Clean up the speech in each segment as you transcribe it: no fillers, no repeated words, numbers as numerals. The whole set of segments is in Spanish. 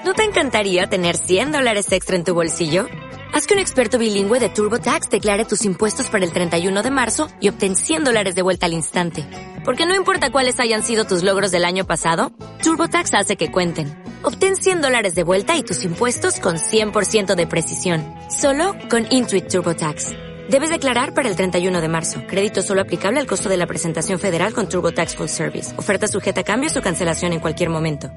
¿No te encantaría tener $100 extra en tu bolsillo? Haz que un experto bilingüe de TurboTax declare tus impuestos para el 31 de marzo y obtén $100 de vuelta al instante. Porque no importa cuáles hayan sido tus logros del año pasado, TurboTax hace que cuenten. Obtén $100 de vuelta y tus impuestos con 100% de precisión. Solo con Intuit TurboTax. Debes declarar para el 31 de marzo. Crédito solo aplicable al costo de la presentación federal con TurboTax Full Service. Oferta sujeta a cambios o cancelación en cualquier momento.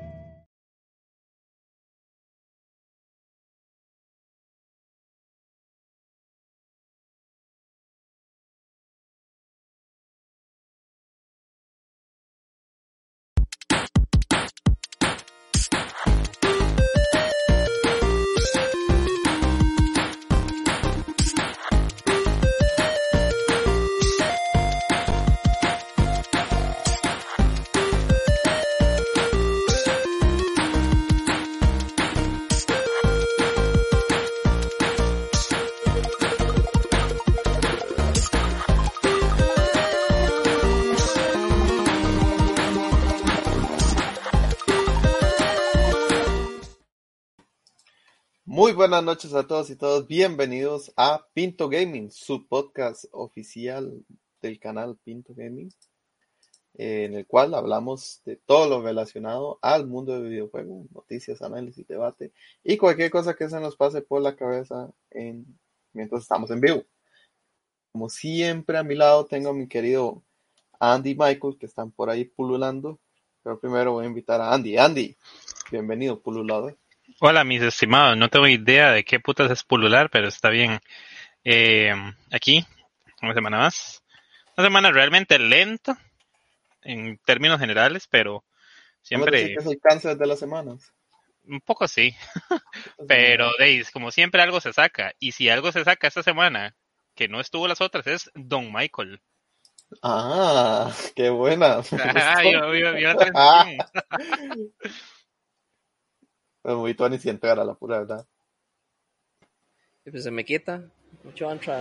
Muy buenas noches a todos y todas, bienvenidos a Pinto Gaming, su podcast oficial del canal Pinto Gaming, en el cual hablamos de todo lo relacionado al mundo de videojuegos, noticias, análisis, debate y cualquier cosa que se nos pase por la cabeza mientras estamos en vivo. Como siempre, a mi lado tengo a mi querido Andy y Michael, que están por ahí pululando, pero primero voy a invitar a Andy. Andy, bienvenido, pululador. Hola, mis estimados. No tengo idea de qué putas es pulular, pero está bien. Aquí, una semana más. Una semana realmente lenta en términos generales, pero siempre... ¿Cómo que es el cáncer de las semanas? Un poco sí. Pero, Deis, como siempre algo se saca. Y si algo se saca esta semana, que no estuvo las otras, es Don Michael. Ah, qué buena. Yo la transición. Muy Tony sin pegar a la pura verdad. Y pues se me quita. Mucho entra.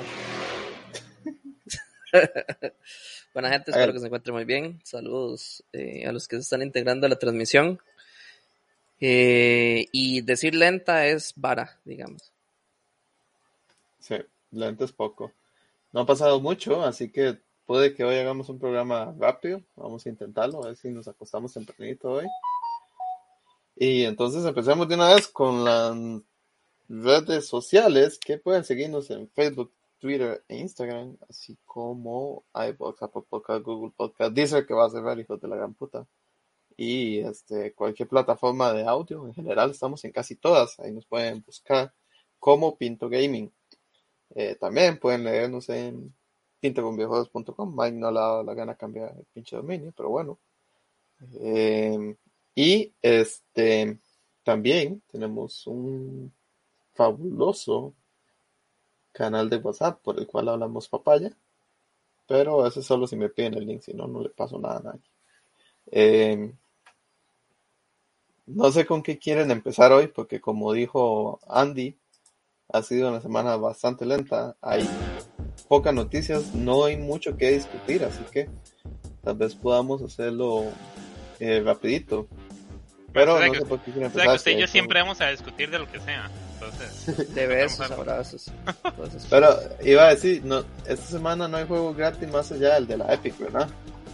Buena gente, espero que se encuentre muy bien. Saludos a los que se están integrando a la transmisión. Y decir lenta es vara, digamos. Sí, lento es poco. No ha pasado mucho, así que puede que hoy hagamos un programa rápido. Vamos a intentarlo, a ver si nos acostamos tempranito hoy. Y entonces empecemos de una vez con las redes sociales, que pueden seguirnos en Facebook, Twitter e Instagram, así como iVoox, Apple Podcast, Google Podcast, Deezer, que va a cerrar, hijos de la gran puta, y cualquier plataforma de audio. En general estamos en casi todas, ahí nos pueden buscar como Pinto Gaming. También pueden leernos en pintoconvideojuegos.com. Mike no le ha dado la gana cambiar el pinche dominio, pero bueno. Y también tenemos un fabuloso canal de WhatsApp por el cual hablamos papaya, pero eso es solo si me piden el link, si no, no le paso nada a nadie. No sé con qué quieren empezar hoy, porque como dijo Andy, ha sido una semana bastante lenta, hay pocas noticias, no hay mucho que discutir, así que tal vez podamos hacerlo rapidito. Pero no sé por qué quieren empezar. O sea, que usted y yo siempre vamos a discutir de lo que sea. Entonces, de besos, abrazos. Pero iba a decir, no, esta semana no hay juego gratis más allá del de la Epic, ¿verdad?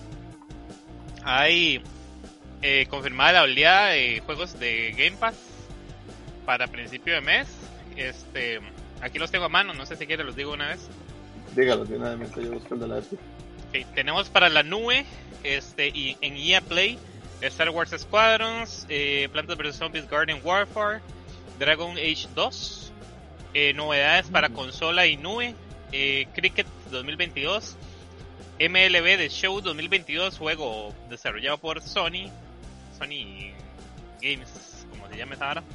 Hay confirmada la oleada de juegos de Game Pass para principio de mes. Aquí los tengo a mano, no sé si quiere los digo una vez. Dígalos de una vez mientras yo busco el de la Epic. Okay, tenemos para la nube y en EA Play Star Wars Squadrons, Plantas vs Zombies Garden Warfare, Dragon Age 2, novedades para consola y nube, Cricket 2022, MLB The Show 2022, juego desarrollado por Sony Games, como se llama esa ahora.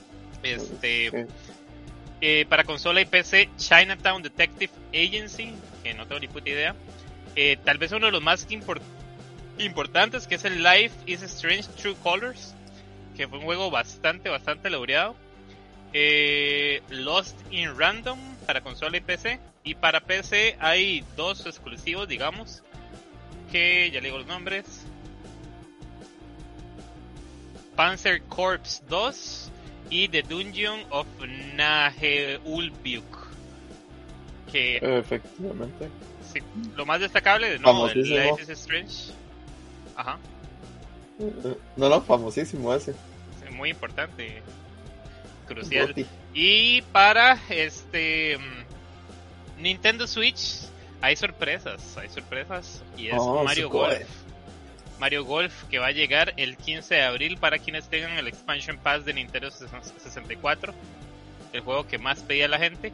Para consola y PC, Chinatown Detective Agency, que no tengo ni puta idea. Tal vez uno de los más importantes, que es el Life is Strange True Colors, que fue un juego bastante laureado. Lost in Random para consola y PC, y para PC hay dos exclusivos, digamos, que ya le digo los nombres: Panzer Corps 2 y The Dungeon of Naheulbeuk. Que Efectivamente. sí, lo más destacable de nuevo del Famosísimo. Life is Strange. Ajá, No, famosísimo ese. es muy importante, crucial. Goti. Y para Nintendo Switch hay sorpresas y es Mario Sugoi. Golf. Mario Golf que va a llegar el 15 de abril para quienes tengan el Expansion Pass de Nintendo 64, el juego que más pedía la gente.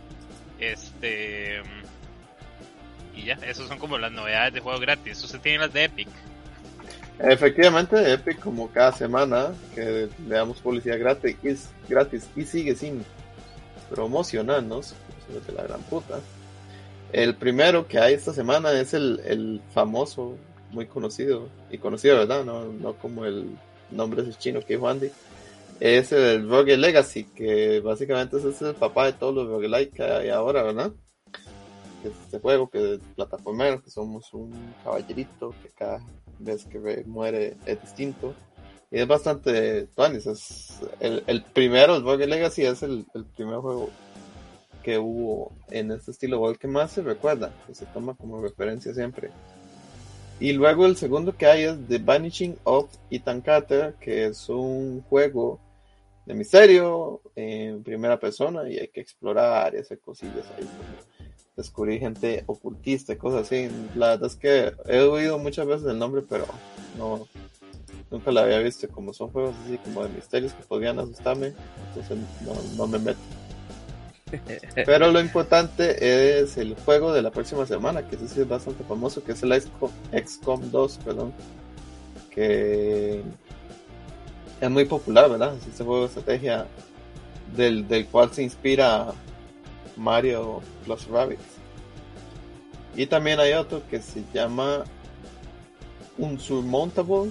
Y ya, esos son como las novedades de juego gratis. Usted tiene las de Epic. Efectivamente, Epic, como cada semana que le damos publicidad gratis y sigue sin promocionarnos, eso es de la gran puta. El primero que hay esta semana es el famoso, muy conocido, ¿verdad? No como el nombre ese chino que dijo Andy. Es el Rogue Legacy, que básicamente es el papá de todos los roguelike que hay ahora, ¿verdad? Que es este juego que es plataformero, que somos un caballerito que cada vez que muere es distinto. Y es bastante tuanis. Es el primero, el Rogue Legacy, es el primer juego que hubo en este estilo, o el que más se recuerda, que se toma como referencia siempre. Y luego el segundo que hay es The Vanishing of Ethan Carter, que es un juego de misterio en primera persona y hay que explorar y hacer cosillas ahí, como descubrir gente ocultista y cosas así. La verdad es que he oído muchas veces el nombre, pero nunca lo había visto. Como son juegos así como de misterios que podrían asustarme, entonces no me meto. Pero lo importante es el juego de la próxima semana, que ese sí es bastante famoso, que es el XCOM 2, perdón, que es muy popular, ¿verdad? Es este juego de estrategia del cual se inspira Mario plus Rabbids. Y también hay otro que se llama Unsurmountable,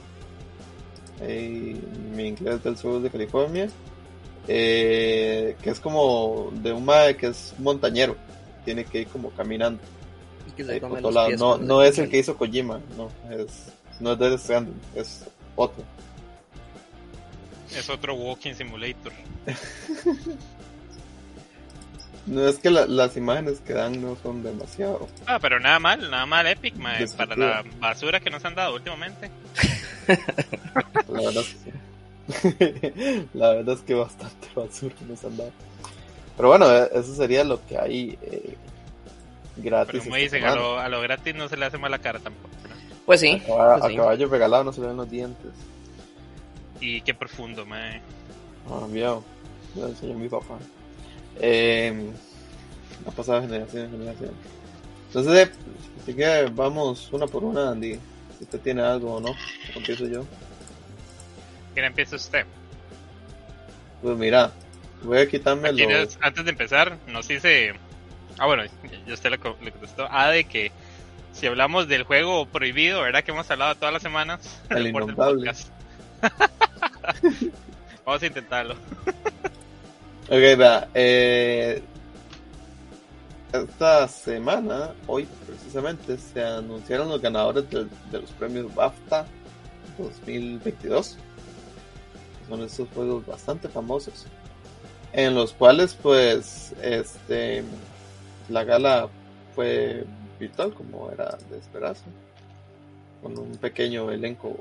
mi inglés del sur de California, que es como de un mae que es montañero, tiene que ir como caminando Y que se come por los todos pies lados. con No es el que hizo Kojima, no es Death Stranding, es otro. Es otro Walking Simulator. No es que las imágenes que dan no son demasiado. Pero nada mal Epic, mae, para Destructivo. la basura que nos han dado últimamente. La verdad es que sí. La verdad es que bastante basura nos han dado. Pero bueno, eso sería lo que hay gratis. Pero como esta dicen, semana. a lo gratis no se le hace mala cara tampoco, ¿no? Pues sí, A pues sí. caballo regalado no se le ven los dientes. Y qué profundo, mae. Viejo. Yo le enseño a mi papá. Ha pasado de generación en generación. Entonces, así que vamos una por una, Andy. Si usted tiene algo o no, empiezo yo. ¿Quién empieza usted? Pues mira, voy a quitarme Aquí los... antes de empezar, nos dice... bueno, yo usted le contestó. De que si hablamos del juego prohibido, ¿verdad? Que hemos hablado todas las semanas. El reporte innombrable. podcast. Vamos a intentarlo. Ok, vea, esta semana, hoy precisamente, se anunciaron los ganadores de los premios BAFTA 2022. Son estos juegos bastante famosos, en los cuales pues la gala fue virtual, como era de esperarse, con un pequeño elenco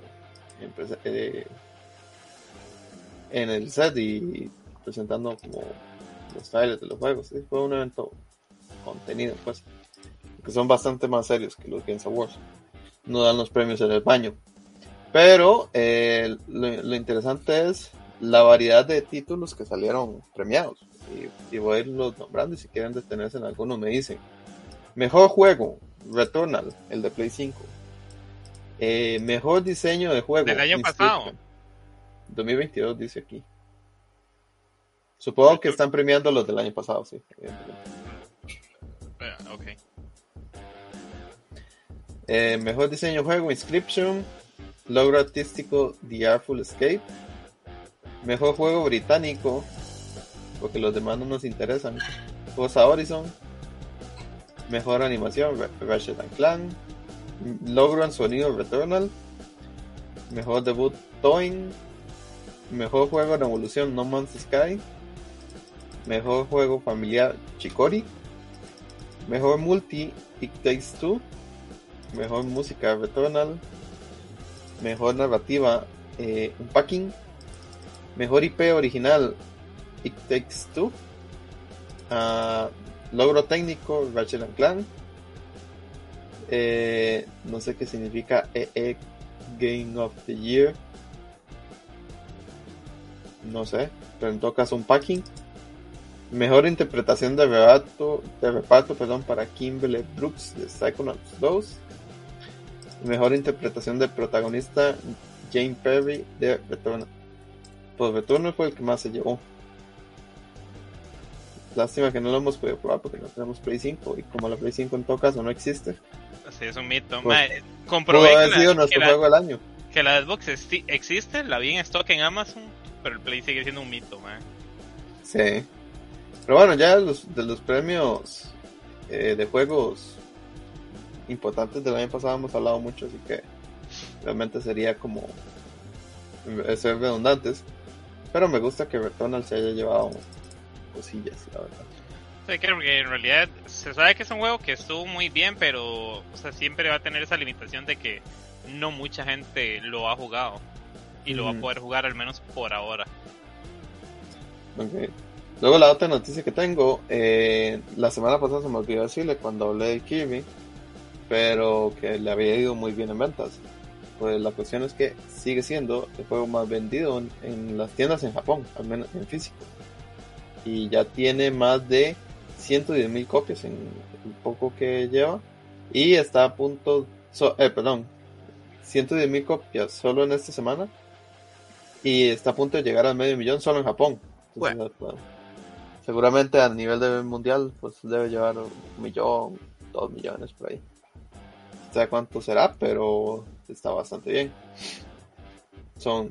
en el set y presentando como los trailers de los juegos. Sí, fue un evento contenido, pues, que son bastante más serios que los Games Awards. No dan los premios en el baño. Pero lo interesante es la variedad de títulos que salieron premiados. Y voy a irlos nombrando, y si quieren detenerse en alguno me dicen. Mejor juego, Returnal, el de Play 5. Mejor diseño de juego, Del año pasado. 2022 dice aquí. Supongo que están premiando los del año pasado, sí. Ok. Mejor diseño de juego, Inscription. Logro artístico, The Artful Escape. Mejor juego británico, porque los demás no nos interesan, Forza Horizon. Mejor animación, Ratchet & Clank. Logro en sonido, Returnal. Mejor debut, Toin. Mejor juego en evolución, No Man's Sky. Mejor juego familiar, Chicory. Mejor multi, It Takes Two. Mejor música, Returnal. Mejor narrativa, Unpacking. Mejor IP original, It Takes Two. Logro técnico, Ratchet & Clank. No sé qué significa EE Game of the Year. No sé, pero en todo caso Unpacking. Mejor interpretación de reparto, para Kimberly Brooks de Psychonauts 2. Mejor interpretación de protagonista, Jane Perry de Returnal. Pues Returnal fue el que más se llevó. Lástima que no lo hemos podido probar porque no tenemos Play 5 y como la Play 5 en todo caso no existe. Sí, es un mito. Pues, Comprobé pudo haber sido nuestro juego del año. Que la Xbox existe, la vi en stock en Amazon, pero el Play sigue siendo un mito, man. Sí. Pero bueno, ya de los premios de juegos importantes del año pasado hemos hablado mucho, así que realmente sería como ser redundantes. Pero me gusta que Returnal se haya llevado cosillas, la verdad. Sí, creo que en realidad se sabe que es un juego que estuvo muy bien, pero o sea, siempre va a tener esa limitación de que no mucha gente lo ha jugado y lo va a poder jugar al menos por ahora. Okay. Luego la otra noticia que tengo, la semana pasada se me olvidó decirle cuando hablé de Kirby, pero que le había ido muy bien en ventas. Pues la cuestión es que sigue siendo el juego más vendido en las tiendas en Japón, al menos en físico. Y ya tiene más de 110,000 copias en el poco que lleva. Y está a punto, 110,000 copias solo en esta semana. Y está a punto de llegar al 500,000 solo en Japón. Entonces, bueno, seguramente a nivel de mundial pues debe llevar 1,000,000, 2 millones por ahí. No sé cuánto será, pero está bastante bien. Son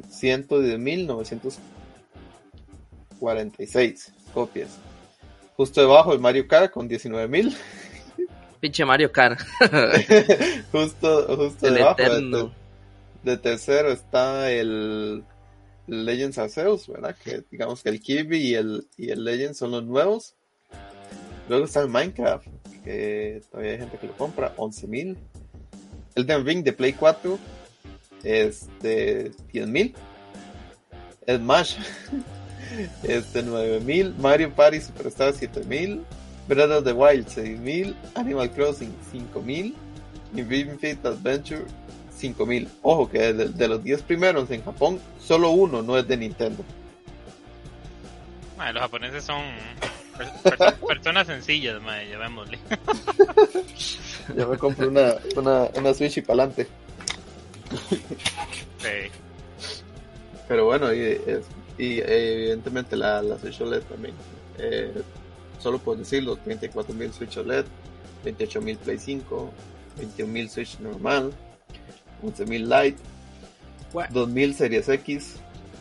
110,946 copias. Justo debajo el Mario Kart con 19,000. Pinche Mario Kart. justo el debajo. Eterno. De tercero está el Legends Arceus, ¿verdad? Que digamos que el Kirby y el Legends son los nuevos. Luego está el Minecraft, que todavía hay gente que lo compra, 11,000. Elden Ring de Play 4 es de 10,000. Smash 9,000. Mario Party Superstar 7,000. Breath of the Wild 6,000. Animal Crossing 5,000. y Ring Fit Adventure 5,000. Ojo que de los 10 primeros en Japón, solo uno no es de Nintendo. Los japoneses son personas sencillas, llamémosle. Yo me compré una Switch y pa'lante. Sí. Pero bueno, y evidentemente la Switch OLED también. Solo por decirlo, 34,000 Switch OLED, 28,000 Play 5, 21,000 Switch normal, 11,000 Lite, 2,000 Series X,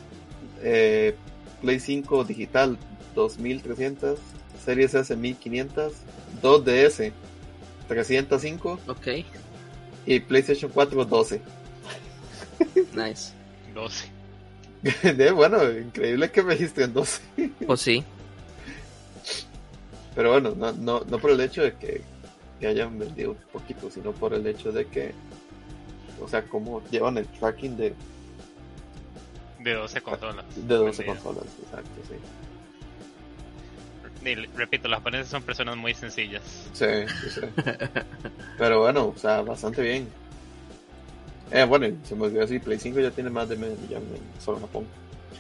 Play 5 digital 2,300, Series S 1,500, 2DS 305, Ok, y PlayStation 4 12. nice. 12. Bueno, increíble que registren 12. Pues sí. Pero bueno, no por el hecho de que hayan vendido poquito, sino por el hecho de que, o sea, cómo llevan el tracking de 12 consolas. De 12 consolas, exacto, sí. Y repito, los japoneses son personas muy sencillas. Sí. Pero bueno, o sea, bastante bien. Bueno, se me olvidó decir, Play 5 ya tiene más de 500,000 solo en Japón.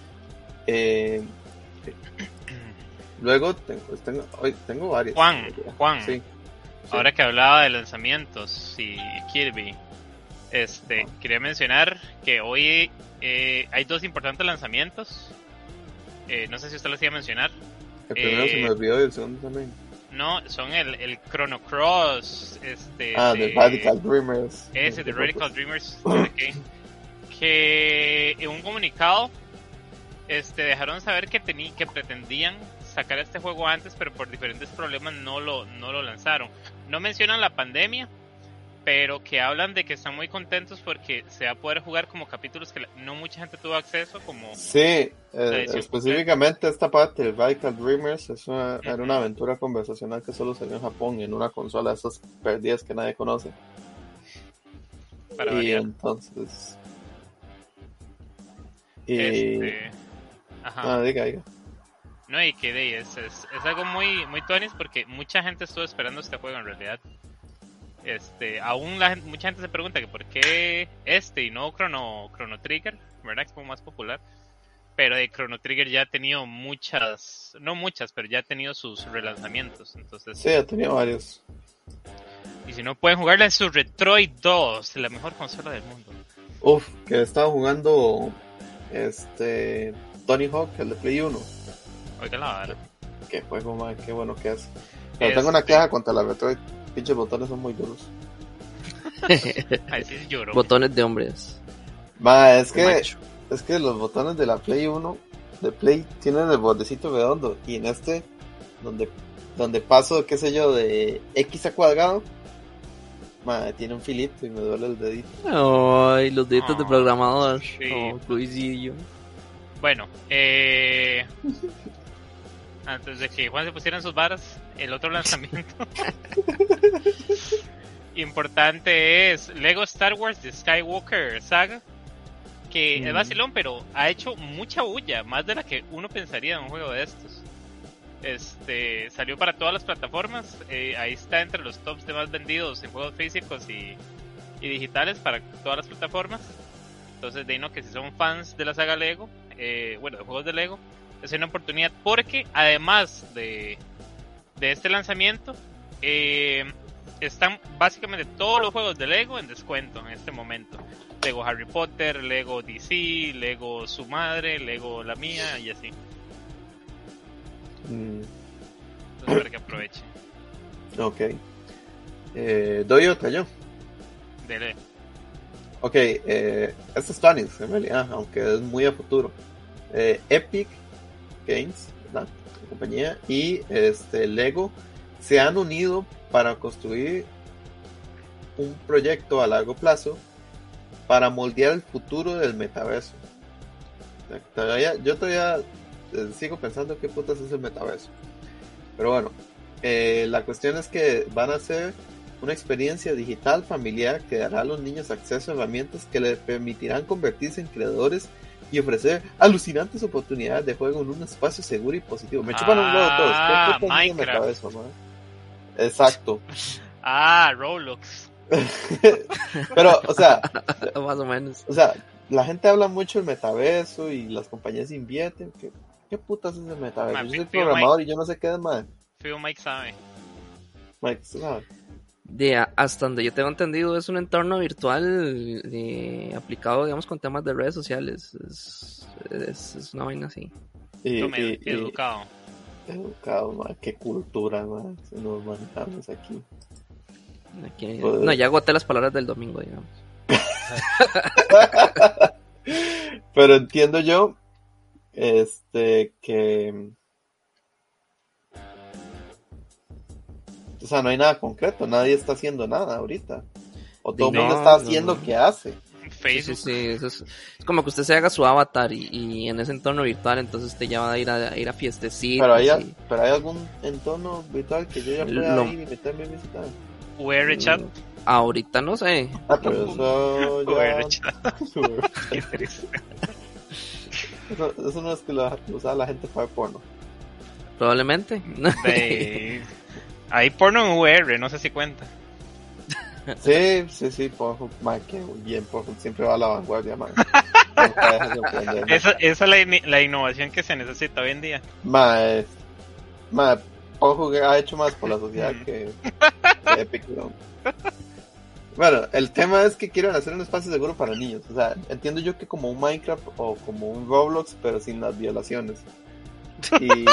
Luego tengo varios. Juan, sí. Ahora que hablaba de lanzamientos y Kirby, quería mencionar que hoy hay dos importantes lanzamientos. No sé si usted los iba a mencionar. El primero se me olvidó y el segundo también. No, son el Chrono Cross, de Radical Dreamers. Ese de Radical Dreamers, que en un comunicado dejaron saber que pretendían sacar este juego antes, pero por diferentes problemas no lo lanzaron. No mencionan la pandemia, pero que hablan de que están muy contentos porque se va a poder jugar como capítulos que no mucha gente tuvo acceso, como Sí, edición específicamente esta parte de Vital Dreamers era una aventura conversacional que solo salió en Japón en una consola de esas perdidas que nadie conoce. para Y variar. entonces... Ajá. Diga. No, y que es algo muy tuanis porque mucha gente estuvo esperando este juego en realidad. Aún mucha gente se pregunta que por qué y no Chrono Trigger, ¿verdad? Que es como más popular. Pero Chrono Trigger ya ha tenido no muchas, pero ya ha tenido sus relanzamientos. Entonces, Sí, ha tenido varios. y si no pueden jugarla en su Retroid 2, la mejor consola del mundo. Uf, que estaba jugando Tony Hawk, el de Play 1. Oiga la vara. Qué juego, man, qué bueno que es. Pero tengo una queja contra la Retroid. Pinches botones son muy duros. Ahí sí lloró. Botones de hombres. Es que Macho. los botones de la Play 1 de Play tienen el bordecito redondo. Y en donde paso, qué sé yo, de X a cuadrado, tiene un filito y me duele el dedito. Ay, los deditos de programador. Sí. Oh, coincido. Bueno, antes de que Juan se pusiera en sus varas, el otro lanzamiento importante es Lego Star Wars The Skywalker Saga, que es vacilón, pero ha hecho mucha bulla, más de la que uno pensaría en un juego de estos. Salió para todas las plataformas, ahí está entre los tops de más vendidos en juegos físicos y digitales para todas las plataformas. Entonces, de ahí, que si son fans de la saga Lego, de juegos de Lego, es una oportunidad porque además de este lanzamiento, están básicamente todos los juegos de Lego en descuento en este momento. Lego Harry Potter, Lego DC, Lego su madre, Lego la mía y así. Entonces, para que aprovechen. Ok. Doy otra yo. Dele. Ok, este es Tony's en realidad, aunque es muy a futuro. Epic Games, ¿verdad? La compañía, y Lego se han unido para construir un proyecto a largo plazo para moldear el futuro del metaverso. Yo todavía sigo pensando qué putas es el metaverso. Pero bueno, la cuestión es que van a hacer una experiencia digital familiar que dará a los niños acceso a herramientas que les permitirán convertirse en creadores y ofrecer alucinantes oportunidades de juego en un espacio seguro y positivo. Me chupan un huevo todos. ¿Qué putas es el metaverso, man? Exacto. Roblox. Pero, o sea, más o menos. O sea, la gente habla mucho del metaverso y las compañías invierten. ¿Qué putas es el metaverso? Yo soy programador y yo no sé qué es, man. Fío Mike sabe. Mike, ¿sabe? Hasta donde yo tengo entendido, es un entorno virtual aplicado, digamos, con temas de redes sociales. Es una vaina así. Educado. Educado, man. Qué cultura, man. Si nos manejamos aquí. No, ya agoté las palabras del domingo, digamos. Pero entiendo yo que o sea, no hay nada concreto, nadie está haciendo nada ahorita, o todo el mundo está haciendo que hace. Facebook. Sí, eso es como que usted se haga su avatar y en ese entorno virtual, entonces usted ya va a ir a fiestecitas. Pero hay algún entorno virtual que yo ya pueda ir y meterme a visitar. UR Chat. Ahorita no sé. Pero eso ya... UR Chat. Qué triste. Eso no es que lo usaba la gente para porno. Probablemente. Hay porno en UR, no sé si cuenta. Sí, Pornhub, que bien, Pornhub siempre va a la vanguardia, man. Esa es la innovación que se necesita hoy en día. Pornhub ha hecho más por la sociedad que Epic, ¿no? Bueno, el tema es que quieren hacer un espacio seguro para niños. O sea, entiendo yo que como un Minecraft o como un Roblox, pero sin las violaciones. Y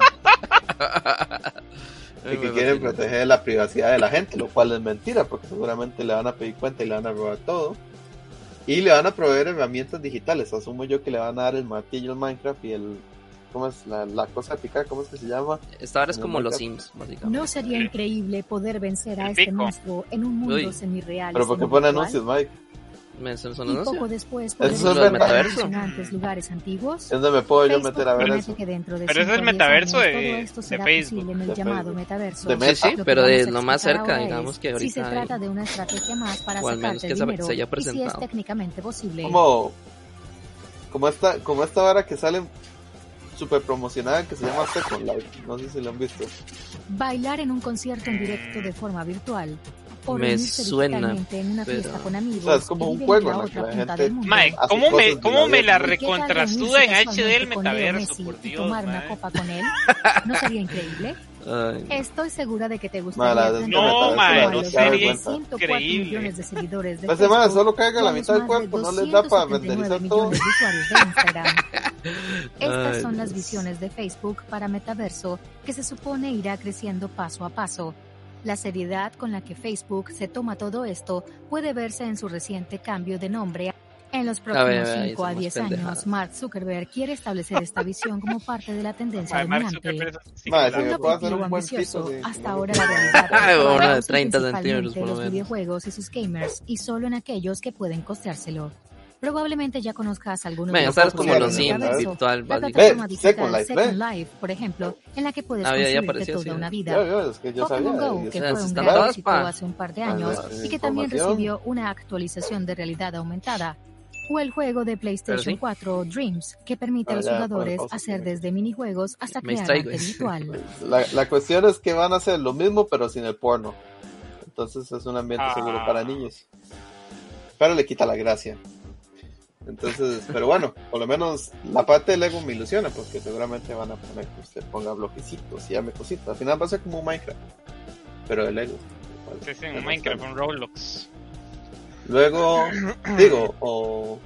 que quieren proteger la privacidad de la gente, lo cual es mentira, porque seguramente le van a pedir cuenta y le van a robar todo. Y le van a proveer herramientas digitales. Asumo yo que le van a dar el martillo al Minecraft y ¿cómo es? La cosa de picar, ¿cómo es que se llama? Esta hora es En como el los Minecraft. Sims, básicamente. ¿No sería increíble poder vencer a El este pico. monstruo en un mundo Uy. semirreal? Pero ¿por qué pone anuncios, Mike? ¿Me son Y anuncios? poco después Eso poder es visitar metaverso. impresionantes lugares antiguos. ¿Es donde me puedo yo Facebook meter a ver promete eso? que dentro de Pero ese 5 es a 10 metaverso años, de- todo esto de será Facebook. posible en el De llamado Facebook. metaverso. De Sí, Meta. sí, Lo que pero vamos de a lo más explicar cerca, ahora digamos es que si se ahorita hay, trata de una estrategia más para o al menos sacarte que dinero se haya y si es presentado. técnicamente posible. Como esta vara que sale super promocionada que se llama Second Life. No sé si lo han visto. Bailar en un concierto en directo de forma virtual. O Me reunirse suena, digitalmente en una pero- fiesta con amigos. O sea, es como que un viven juego en en la la que otra la punta gente- del mundo. Mae, Hace ¿cómo cosas me, de cómo la me vida. la ¿Y qué tal recontrastuda en reunirse HD el casualmente con Leo metaverso? Messi Por y Dios, tomar una mae. copa con él? ¿No sería increíble? Ay, Estoy segura de que te Ma, gustaría la tanto verdad es que No, me mae, parece no demasiada sería vergüenza. 104 increíble. millones de seguidores de Pues, hermano, Facebook solo caiga y la a los mitad del más de cuerpo, no les da para 279 renderizar todo. millones de usuarios de Instagram. Estas Ay, son las Dios. visiones de Facebook para Metaverso, que se supone irá creciendo paso a paso. La seriedad con la que Facebook se toma todo esto puede verse en su reciente cambio de nombre. En los próximos ahí 5 a somos 10 pendejadas. años, Mark Zuckerberg quiere establecer esta visión como parte de la tendencia Mae, Mark dominante. Zuckerberg sí Mae, que si la- me Un puedo hacer objetivo un buen ambicioso, pito, sí, hasta no ahora me- la realidad Ay, actual uno de son 30 principalmente centímetros, por lo los menos. videojuegos y sus gamers, y solo en aquellos que pueden costeárselo. Probablemente ya conozcas algunos Ven, de esta es como Sí, los sí, Sims sí. virtual, La básicamente. plataforma Ve, digital Second Life, Second ve. Life, por ejemplo, en la que puedes Ah, ya construirte apareció, toda sí. una Ya, vida. ya, es que yo sabía. Pokémon Go, yo que sabía. fue un Están gran todas, éxito pa. hace un par de Ah, años no, y que también información. recibió una actualización de realidad aumentada. O el juego de PlayStation Pero sí. 4 Dreams, que permite a los ya, ponle jugadores pausa, hacer sí. desde minijuegos hasta Me crear distraigo. arte virtual. La cuestión es que van a hacer lo mismo, pero sin el porno. Entonces es un ambiente seguro para niños. Pero le quita la gracia. Entonces, pero bueno, por lo menos la parte de Lego me ilusiona, porque seguramente van a poner que usted ponga bloquecitos y llame cositas. Al final va a ser como un Minecraft, pero de Lego. Sí, sí, un Minecraft, un Roblox. Luego, digo, o...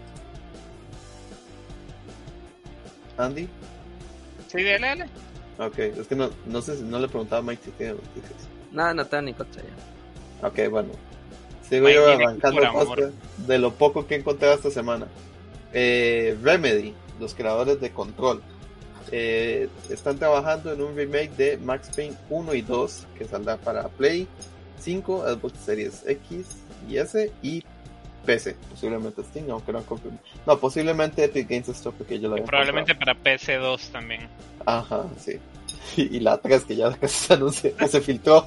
Andy. Sí, dale, dale. Ok, es que no sé si no le preguntaba a Mike si tiene noticias. Nada, no tengo ni contra ya. Ok, bueno. Sigo Mike yo tiene arrancando cultura, cosas de lo poco que he encontrado esta semana. Remedy, los creadores de Control, están trabajando en un remake de Max Payne 1 y 2 que saldrá para Play 5, Xbox Series X y S y PC, posiblemente Steam, aunque no han confirmado. No, posiblemente Epic Games Store, porque yo lo había Probablemente para PC2 también. Ajá, sí. Y la 3 que ya casi se anuncia, que se filtró.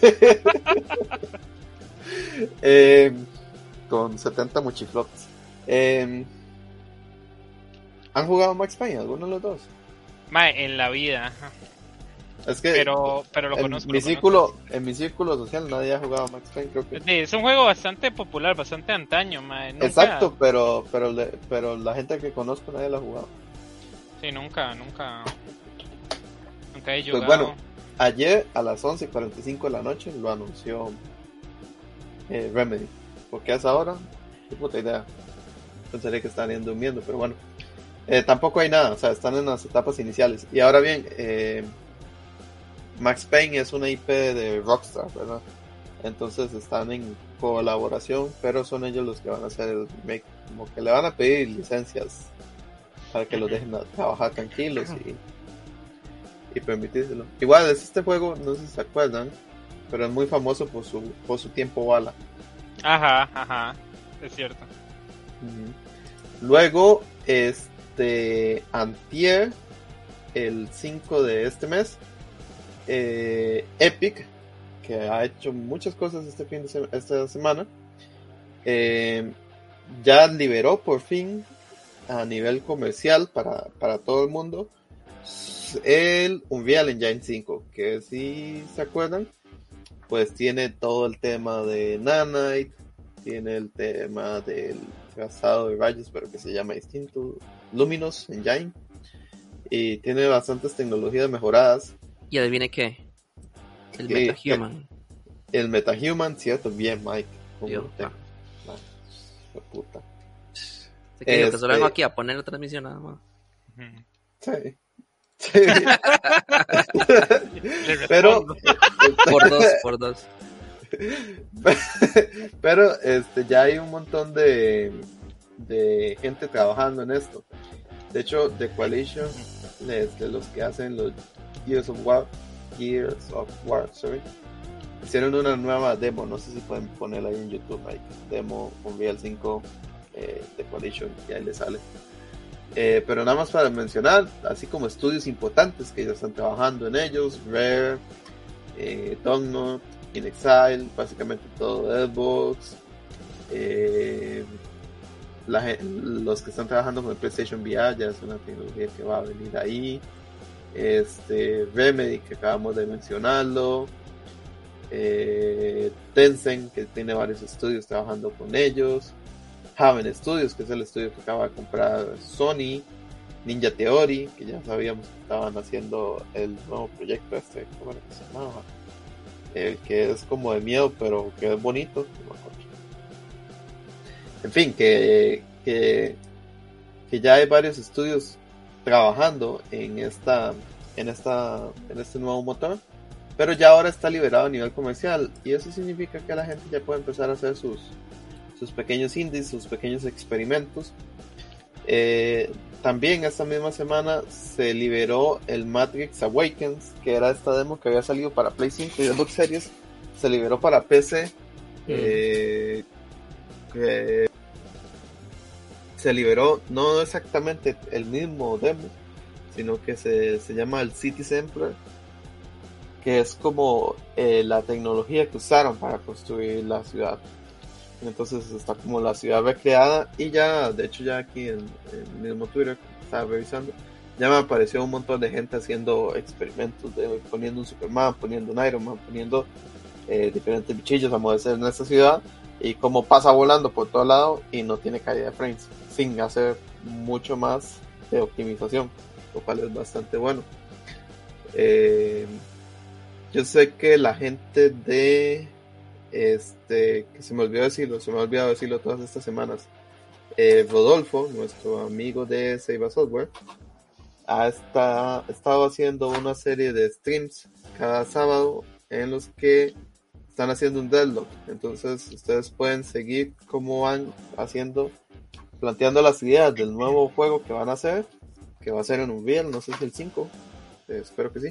Con 70 muchiflops. ¿Han jugado Max Payne? ¿Alguno de los dos? Mae, en la vida. Ajá. Es que Pero lo en conozco. mi lo círculo, en mi círculo social nadie ha jugado Max Payne, creo que. conozco. Sí, es un juego bastante popular, bastante antaño, mae. Nunca, Exacto, pero la gente que conozco nadie lo ha jugado. Sí, nunca he Pues jugado. bueno, ayer a las 11:45 de la noche lo anunció Remedy. ¿Por qué a esa hora? Qué puta idea. Pensaría que estarían durmiendo, pero bueno. Tampoco hay nada, o sea, están en las etapas iniciales. Y ahora bien, Max Payne es una IP de Rockstar, ¿verdad? Entonces están en colaboración, pero son ellos los que van a hacer el remake. Como que le van a pedir licencias para que los dejen trabajar tranquilos y permitírselo. Igual es este juego, no sé si se acuerdan, pero es muy famoso por su tiempo bala. Ajá, es cierto. Luego, antier, el 5 de este mes, Epic, que ha hecho muchas cosas esta semana, ya liberó por fin a nivel comercial para todo el mundo el Unreal Engine 5, que si se acuerdan, pues tiene todo el tema de Nanite, tiene el tema del trazado de rayos, pero que se llama distinto, Luminous Engine, y tiene bastantes tecnologías mejoradas. Y adivine qué. El ¿Qué? MetaHuman. El MetaHuman, cierto, bien, Mike. Como Yo, te- puta. Sé que yo que solo vengo Este- aquí a poner la transmisión nada más. Ujú. Sí. Sí. Le Pero respondo. Por dos. pero ya hay un montón de gente trabajando en esto. De hecho, The Coalition los que hacen los Gears of War, sorry. Hicieron una nueva demo, no sé si pueden ponerla ahí en YouTube, ahí, demo Unreal 5 de Coalition, y ahí le sale. Pero nada más para mencionar, así como estudios importantes que ya están trabajando en ellos, Rare, Dognut, InXile, básicamente todo Xbox, los que están trabajando con el PlayStation VR, ya es una tecnología que va a venir ahí, Remedy, que acabamos de mencionarlo, Tencent, que tiene varios estudios trabajando con ellos, Haven Studios, que es el estudio que acaba de comprar Sony, Ninja Theory, que ya sabíamos que estaban haciendo el nuevo proyecto ¿cómo era que se llamaba? El que es como de miedo, pero que es bonito, no me acuerdo. En fin, que ya hay varios estudios trabajando en este nuevo motor, pero ya ahora está liberado a nivel comercial, y eso significa que la gente ya puede empezar a hacer sus pequeños indies, sus pequeños experimentos. También esta misma semana se liberó el Matrix Awakens, que era esta demo que había salido para Play 5 y Xbox Series, se liberó para PC. Se liberó no exactamente el mismo demo, sino que se llama el City Sampler, que es como la tecnología que usaron para construir la ciudad. Entonces está como la ciudad recreada, y ya, de hecho, ya aquí en el mismo Twitter que estaba revisando, ya me apareció un montón de gente haciendo experimentos, poniendo un Superman, poniendo un Iron Man, poniendo diferentes bichillos a moverse en esta ciudad, y como pasa volando por todo lado y no tiene caída de frames, sin hacer mucho más de optimización, lo cual es bastante bueno. Yo sé que la gente de que se me ha olvidado decirlo todas estas semanas, Rodolfo, nuestro amigo de Seiba Software, ha estado haciendo una serie de streams cada sábado en los que están haciendo un deadlock. Entonces ustedes pueden seguir cómo van planteando las ideas del nuevo juego que van a hacer, que va a ser en Unreal, no sé si el 5, espero que sí.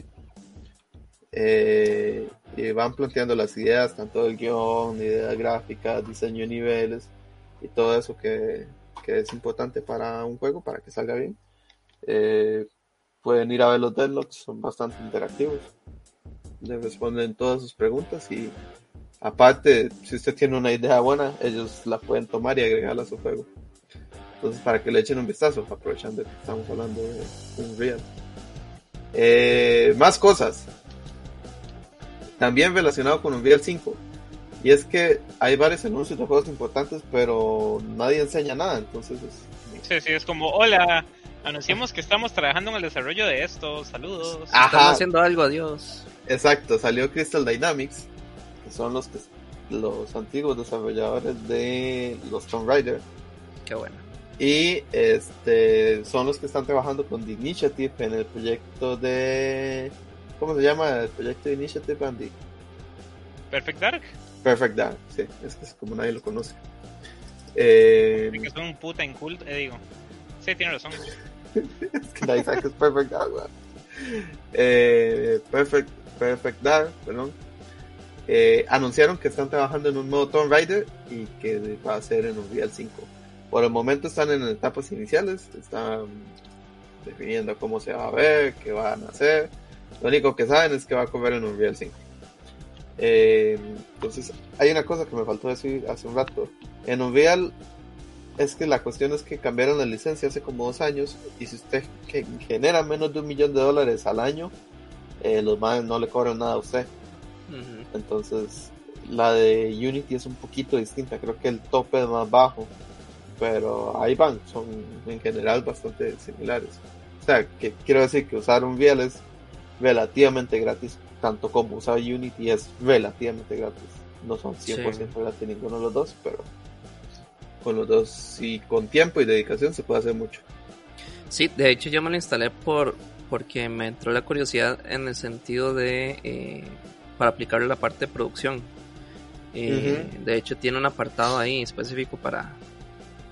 Y van planteando las ideas, tanto del guión, ideas gráficas, diseño de niveles y todo eso que es importante para un juego, para que salga bien. Pueden ir a ver los deadlocks, son bastante interactivos, les responden todas sus preguntas, y aparte, si usted tiene una idea buena, ellos la pueden tomar y agregarla a su juego. Entonces, para que le echen un vistazo, aprovechando que estamos hablando de Unreal. Más cosas también relacionado con Unreal 5, y es que hay varios anuncios de juegos importantes, pero nadie enseña nada. Entonces sí, es como, hola, anunciamos que estamos trabajando en el desarrollo de esto, saludos. Estamos haciendo algo, adiós. Exacto, salió Crystal Dynamics, que son los antiguos desarrolladores de los Tomb Raider. Qué bueno. Y son los que están trabajando con The Initiative en el proyecto de... ¿Cómo se llama el proyecto de Initiative, Andy? Perfect Dark. Perfect Dark, sí, es que es como nadie lo conoce. Que son un puta incult, digo. Sí, tiene razón. Es que nadie sabe que es Perfect Dark, ¿verdad? Perfect Dark, perdón. Anunciaron que están trabajando en un nuevo Tomb Raider y que va a ser en Unreal 5. Por el momento están en etapas iniciales, están definiendo cómo se va a ver, qué van a hacer. Lo único que saben es que va a correr en Unreal 5. Entonces, hay una cosa que me faltó decir hace un rato. En Unreal, es que la cuestión es que cambiaron la licencia hace como 2 años, y si usted genera menos de $1 millón al año, los madres no le cobran nada a usted. Uh-huh. Entonces, la de Unity es un poquito distinta, creo que el tope es más bajo, pero ahí van, son en general bastante similares. O sea, que quiero decir que usar Unreal es relativamente gratis, tanto como usar Unity es relativamente gratis. No son 100% gratis ninguno de los dos, pero con los dos, y con tiempo y dedicación, se puede hacer mucho. Sí, de hecho yo me lo instalé porque me entró la curiosidad en el sentido de para aplicarle la parte de producción. De hecho tiene un apartado ahí específico para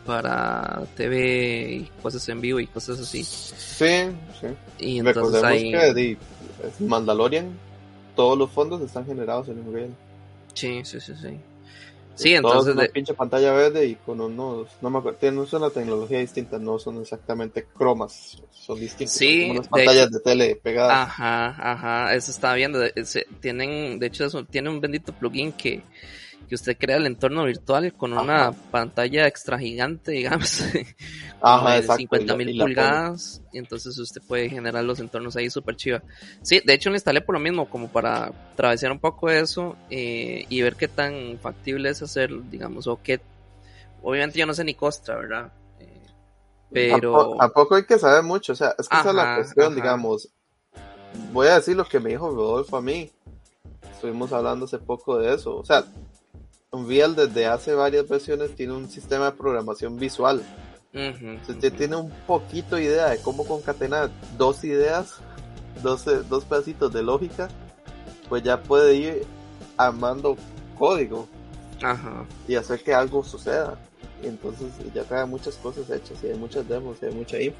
para TV y cosas en vivo y cosas así. Sí. Y entonces recordemos que Mandalorian, todos los fondos están generados en Unreal. Sí. Sí, entonces una pinche pantalla verde y con unos, no me acuerdo, no es una tecnología distinta, no son exactamente cromas, son distintos, sí, son unas pantallas de tele pegadas. Ajá, eso estaba viendo. Tienen, de hecho, tiene un bendito plugin que usted crea el entorno virtual con una pantalla extra gigante, digamos, de 50.000 pulgadas, y entonces usted puede generar los entornos ahí súper chiva. Sí, de hecho lo instalé por lo mismo, como para travesear un poco eso y ver qué tan factible es hacer, digamos, o qué, obviamente yo no sé ni costra, ¿verdad? Pero... ¿A poco hay que saber mucho? O sea, es que esa es la cuestión, digamos. Voy a decir lo que me dijo Rodolfo a mí. Estuvimos hablando hace poco de eso. O sea, Unreal desde hace varias versiones tiene un sistema de programación visual. Si usted tiene un poquito idea de cómo concatenar dos ideas, dos pedacitos de lógica, pues ya puede ir armando código y hacer que algo suceda. Y entonces ya trae muchas cosas hechas, y hay muchas demos, y hay mucha info.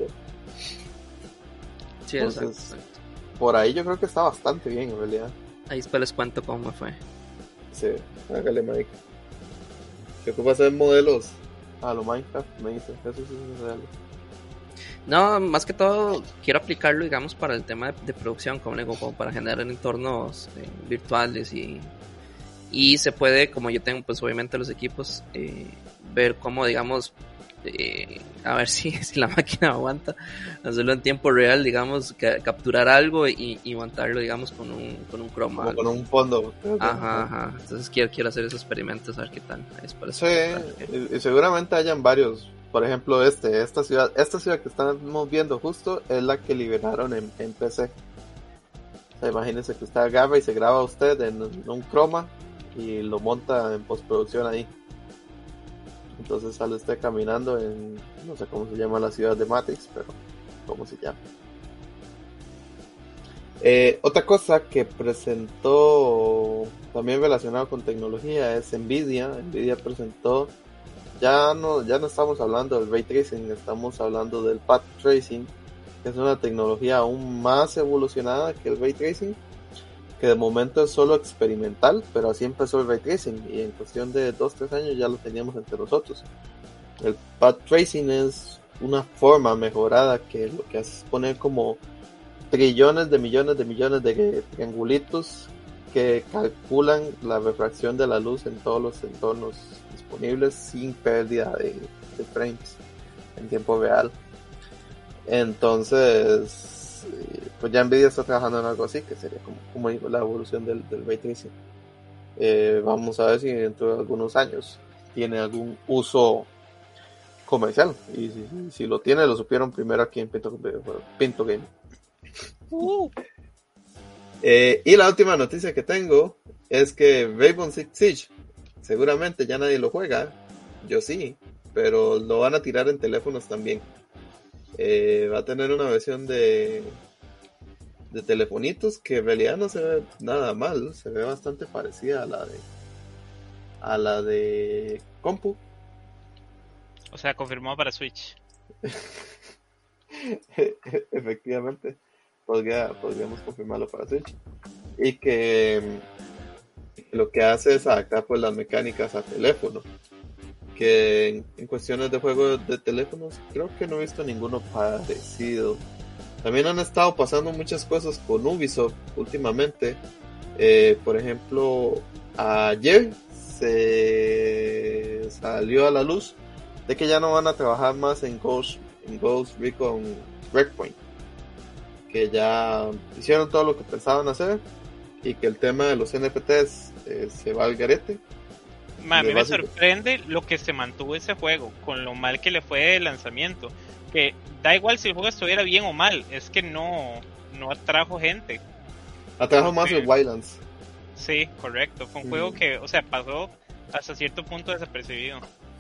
Sí, entonces, exacto. Por ahí yo creo que está bastante bien en realidad. Ahí después les cuento cómo me fue. Sí, hágale, Mike. ¿Qué ocupa hacer modelos a lo Minecraft? Me dice, eso sí es real. No, más que todo quiero aplicarlo, digamos, para el tema de producción, como digo, como para generar entornos virtuales y se puede, como yo tengo pues obviamente los equipos, ver cómo, digamos, a ver si la máquina aguanta hacerlo en tiempo real, digamos, capturar algo y montarlo, digamos, con un croma, como con un fondo. Ajá. Entonces quiero hacer esos experimentos, a ver qué tal. Sí, y seguramente hayan varios. Por ejemplo, esta ciudad que estamos viendo justo es la que liberaron en PC. O sea, imagínense que usted agarra y se graba usted en un croma y lo monta en postproducción ahí. Entonces sale usted caminando en, no sé cómo se llama la ciudad de Matrix, pero ¿cómo se llama? Otra cosa que presentó también relacionado con tecnología es Nvidia. Nvidia presentó, ya no estamos hablando del Ray Tracing, estamos hablando del Path Tracing, que es una tecnología aún más evolucionada que el Ray Tracing, que de momento es solo experimental, pero así empezó el Ray Tracing y en cuestión de 2-3 años ya lo teníamos entre nosotros. El Path Tracing es una forma mejorada que lo que hace es poner como trillones de millones de triangulitos que calculan la refracción de la luz en todos los entornos disponibles sin pérdida de frames en tiempo real. Entonces pues ya Nvidia está trabajando en algo así, que sería como digo, la evolución del Ray Tracing. Vamos a ver si dentro de algunos años tiene algún uso comercial, y si lo tiene, lo supieron primero aquí en Pinto Game. Y la última noticia que tengo es que Rainbow Six Siege seguramente ya nadie lo juega, yo sí, pero lo van a tirar en teléfonos también. Va a tener una versión de telefonitos que en realidad no se ve nada mal, se ve bastante parecida a la de compu. O sea, confirmado para Switch. Efectivamente, podríamos confirmarlo para Switch. Y que lo que hace es adaptar pues las mecánicas a teléfono. Que en cuestiones de juegos de teléfonos creo que no he visto ninguno parecido. También han estado pasando muchas cosas con Ubisoft últimamente. Por ejemplo, ayer se salió a la luz de que ya no van a trabajar más en Ghost Recon Breakpoint, que ya hicieron todo lo que pensaban hacer y que el tema de los NFTs se va al garete. A mí me sorprende lo que se mantuvo ese juego, con lo mal que le fue el lanzamiento. Que da igual si el juego estuviera bien o mal, es que no atrajo gente. Atrajo más el Wildlands. Sí, correcto. Fue un juego que, o sea, pasó hasta cierto punto desapercibido.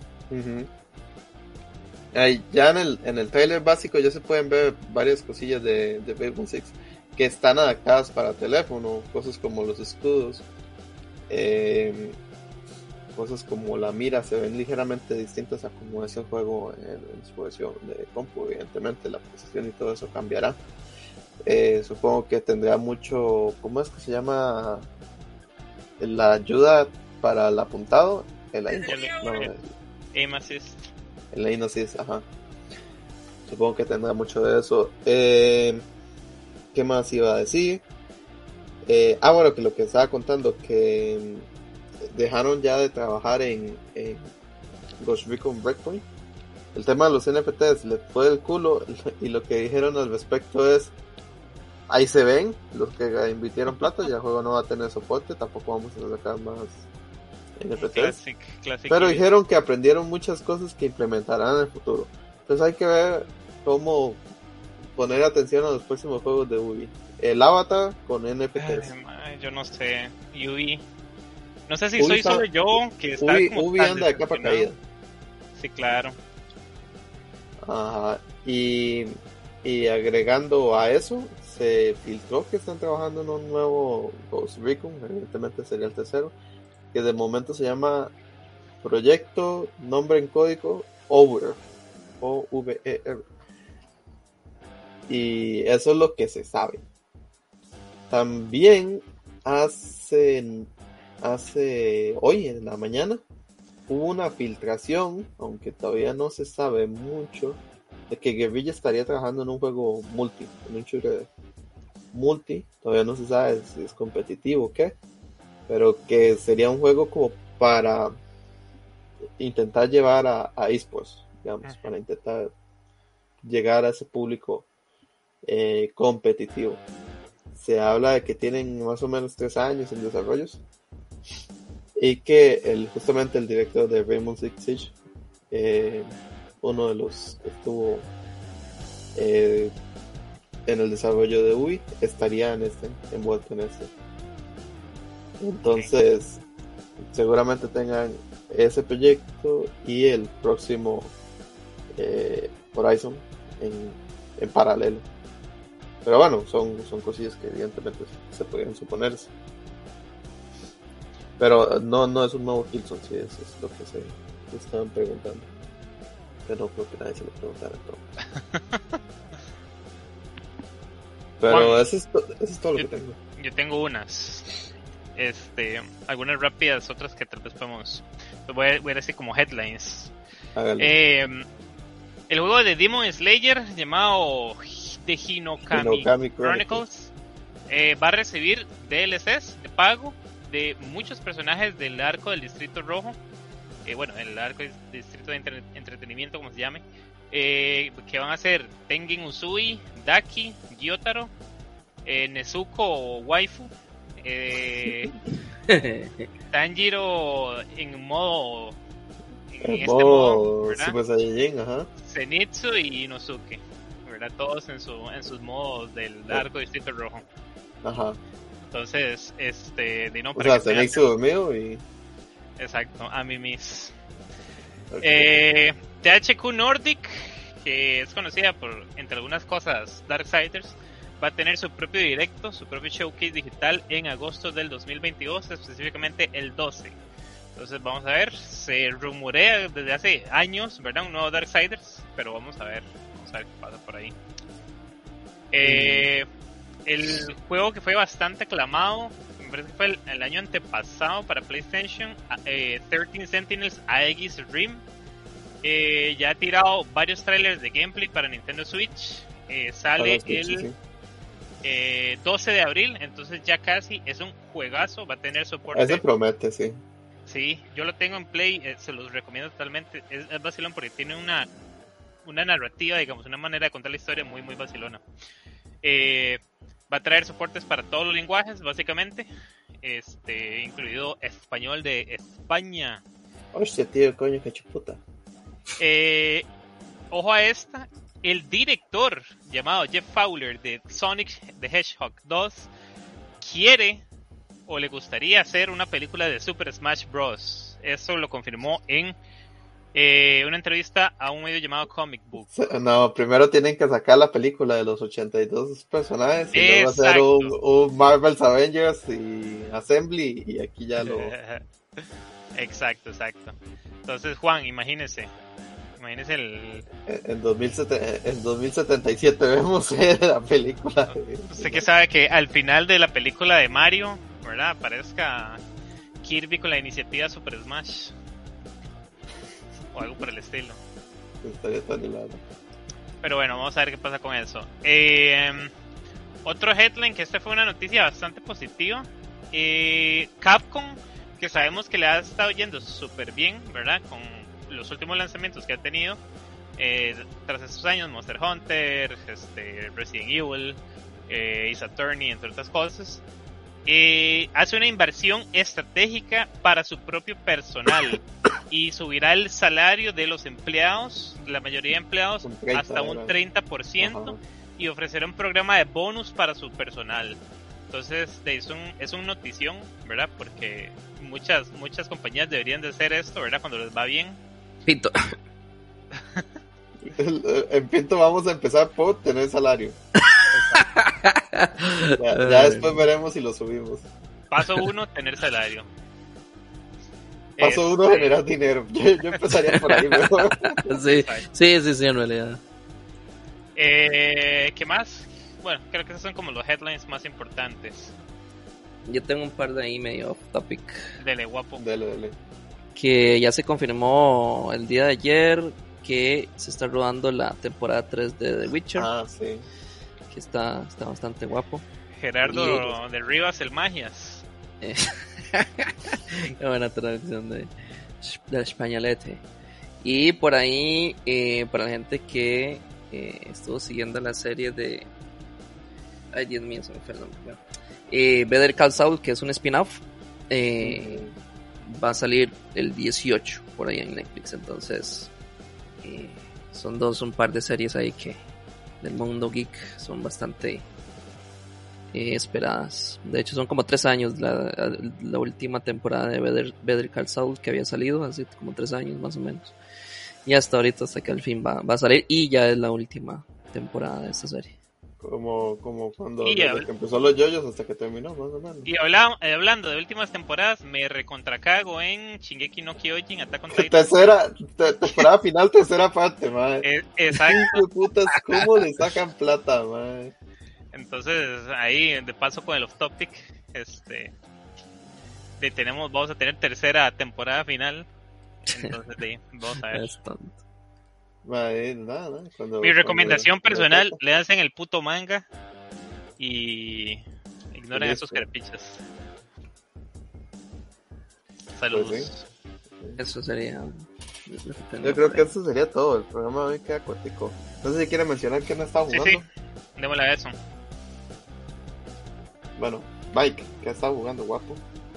Ya en el trailer básico ya se pueden ver varias cosillas de Rainbow Six que están adaptadas para teléfono, cosas como los escudos. cosas como la mira se ven ligeramente distintas a como es el juego en su versión de compu. Evidentemente la posición y todo eso cambiará. Supongo que tendrá mucho, ¿cómo es que se llama? La ayuda para el apuntado, el aim assist. El aim assist, ajá. Supongo que tendrá mucho de eso. ¿Qué más iba a decir? Bueno, que lo que estaba contando, que dejaron ya de trabajar en Ghost Recon Breakpoint. El tema de los NFTs les fue del culo, y lo que dijeron al respecto es: ahí se ven, los que invirtieron plata, ya el juego no va a tener soporte, tampoco vamos a sacar más NFTs. Classic pero dijeron que aprendieron muchas cosas que implementarán en el futuro. Entonces hay que ver cómo poner atención a los próximos juegos de Ubi. El Avatar con NFTs. Yo no sé, Ubi. No sé si soy solo yo que está Ubi anda de capa caída. Sí, claro. Ajá. Y agregando a eso, se filtró que están trabajando en un nuevo Ghost Recon, evidentemente sería el tercero, que de momento se llama Proyecto, nombre en código, Over, O-V-E-R. Y eso es lo que se sabe. También hace hoy en la mañana hubo una filtración, aunque todavía no se sabe mucho, de que Guerrilla estaría trabajando en un juego multi, en un shooter multi. Todavía no se sabe si es competitivo o qué, pero que sería un juego como para intentar llevar a esports, digamos, para intentar llegar a ese público competitivo. Se habla de que tienen más o menos 3 años en desarrollos, y que justamente el director de Rainbow Six Siege, uno de los que estuvo en el desarrollo de Ubi, estaría envuelto en este. Entonces seguramente tengan ese proyecto y el próximo Horizon en paralelo. Pero bueno, son cosillas que evidentemente se podrían suponerse. Pero no es un nuevo Killzone, sí, eso es lo que se estaban preguntando. Pero no creo que nadie se lo preguntara todo. Pero bueno, eso es todo lo que tengo. Yo tengo unas. Algunas rápidas, otras que tal vez podemos. Voy a decir como headlines. El juego de Demon Slayer llamado The Hinokami Chronicles va a recibir DLCs de pago de muchos personajes del arco del Distrito Rojo, el arco del Distrito de Entretenimiento, como se llame, que van a ser Tengen Uzui, Daki, Gyotaro, Nezuko Waifu, Tanjiro en modo ¿verdad? Super Saiyajin, ajá. Zenitsu y Inosuke, ¿verdad? Todos en sus modos del arco Distrito Rojo. Ajá. Entonces, Zenitsu dormido y... Exacto, a mí mis. Okay. THQ Nordic, que es conocida por, entre algunas cosas, Darksiders, va a tener su propio directo, su propio showcase digital en agosto del 2022, específicamente el 12. Entonces vamos a ver, se rumorea desde hace años, ¿verdad? Un nuevo Darksiders, pero vamos a ver qué pasa por ahí. El juego que fue bastante aclamado, me parece que fue el año antepasado para PlayStation, 13 Sentinels Aegis Rim, ya ha tirado varios trailers de gameplay para Nintendo Switch. Sale el 12 de abril, entonces ya casi es un juegazo, va a tener soporte. Ese promete, sí. Sí, yo lo tengo en Play, se los recomiendo totalmente. Es vacilón porque tiene una narrativa, digamos, una manera de contar la historia muy, muy vacilona. Va a traer soportes para todos los lenguajes, básicamente, incluido español de España. Hostia, tío, coño, qué chuputa. Ojo a esta, el director llamado Jeff Fowler de Sonic the Hedgehog 2 quiere o le gustaría hacer una película de Super Smash Bros. Eso lo confirmó en una entrevista a un medio llamado Comic Book. No, primero tienen que sacar la película de los 82 personajes y luego hacer un Marvel's Avengers y Assembly, y aquí ya lo Exacto. Entonces, Juan, imagínese En 2077 vemos la película. Usted que sabe que al final de la película de Mario, ¿verdad? Aparezca Kirby con la iniciativa Super Smash. O algo por el estilo. Estaría tan helado. Pero bueno, vamos a ver qué pasa con eso. Otro headline, que esta fue una noticia bastante positiva. Capcom, que sabemos que le ha estado yendo súper bien, ¿verdad? Con los últimos lanzamientos que ha tenido. Tras estos años, Monster Hunter, Resident Evil, Ace Attorney, entre otras cosas. Hace una inversión estratégica para su propio personal y subirá el salario de los empleados, la mayoría de empleados, hasta un 30%. Ajá. Y ofrecerá un programa de bonus para su personal. Entonces es un notición, ¿verdad? Porque muchas compañías deberían de hacer esto, ¿verdad? Cuando les va bien. Pinto. En Pinto vamos a empezar por tener salario. ya después veremos si lo subimos. Paso 1, tener salario. Paso 1, generar dinero. Yo empezaría por ahí mejor. Sí, en realidad. ¿Qué más? Bueno, creo que esos son como los headlines más importantes. Yo tengo un par de ahí medio off topic. Dele, guapo. Dele. Que ya se confirmó el día de ayer que se está rodando la temporada 3 de The Witcher. Sí. Que está bastante guapo. Gerardo de Rivas, el Magias. Qué buena traducción del españolete. Y por ahí, para la gente que estuvo siguiendo la serie de... Ay, Dios mío, se me fue el nombre. Better Call Saul, que es un spin-off, va a salir el 18 por ahí en Netflix. Entonces, son un par de series ahí que del mundo geek son bastante esperadas. De hecho, son como 3 años la última temporada de Better Call Saul que había salido, así como 3 años más o menos. Y hasta ahorita, hasta que al fin va a salir, y ya es la última temporada de esta serie. Como cuando desde que empezó los yoyos hasta que terminó, más o menos. Y hablando de últimas temporadas, me recontracago en Shingeki no Kyojin, Attack on Titan. Temporada final, tercera parte, madre. Exacto. Putas, ¿cómo le sacan plata, madre? Entonces, ahí, de paso con el off topic, vamos a tener tercera temporada final. Entonces, vamos a ver. Madre, nada. Mi recomendación personal, léanse en el puto manga y ignoren esos carpichas. Saludos. Pues sí. Eso sería... Yo creo que eso sería todo. El programa de hoy queda cuático. No sé si quiere mencionar quién está jugando. Sí, démosle a eso. Bueno, Mike, ¿qué está jugando, guapo?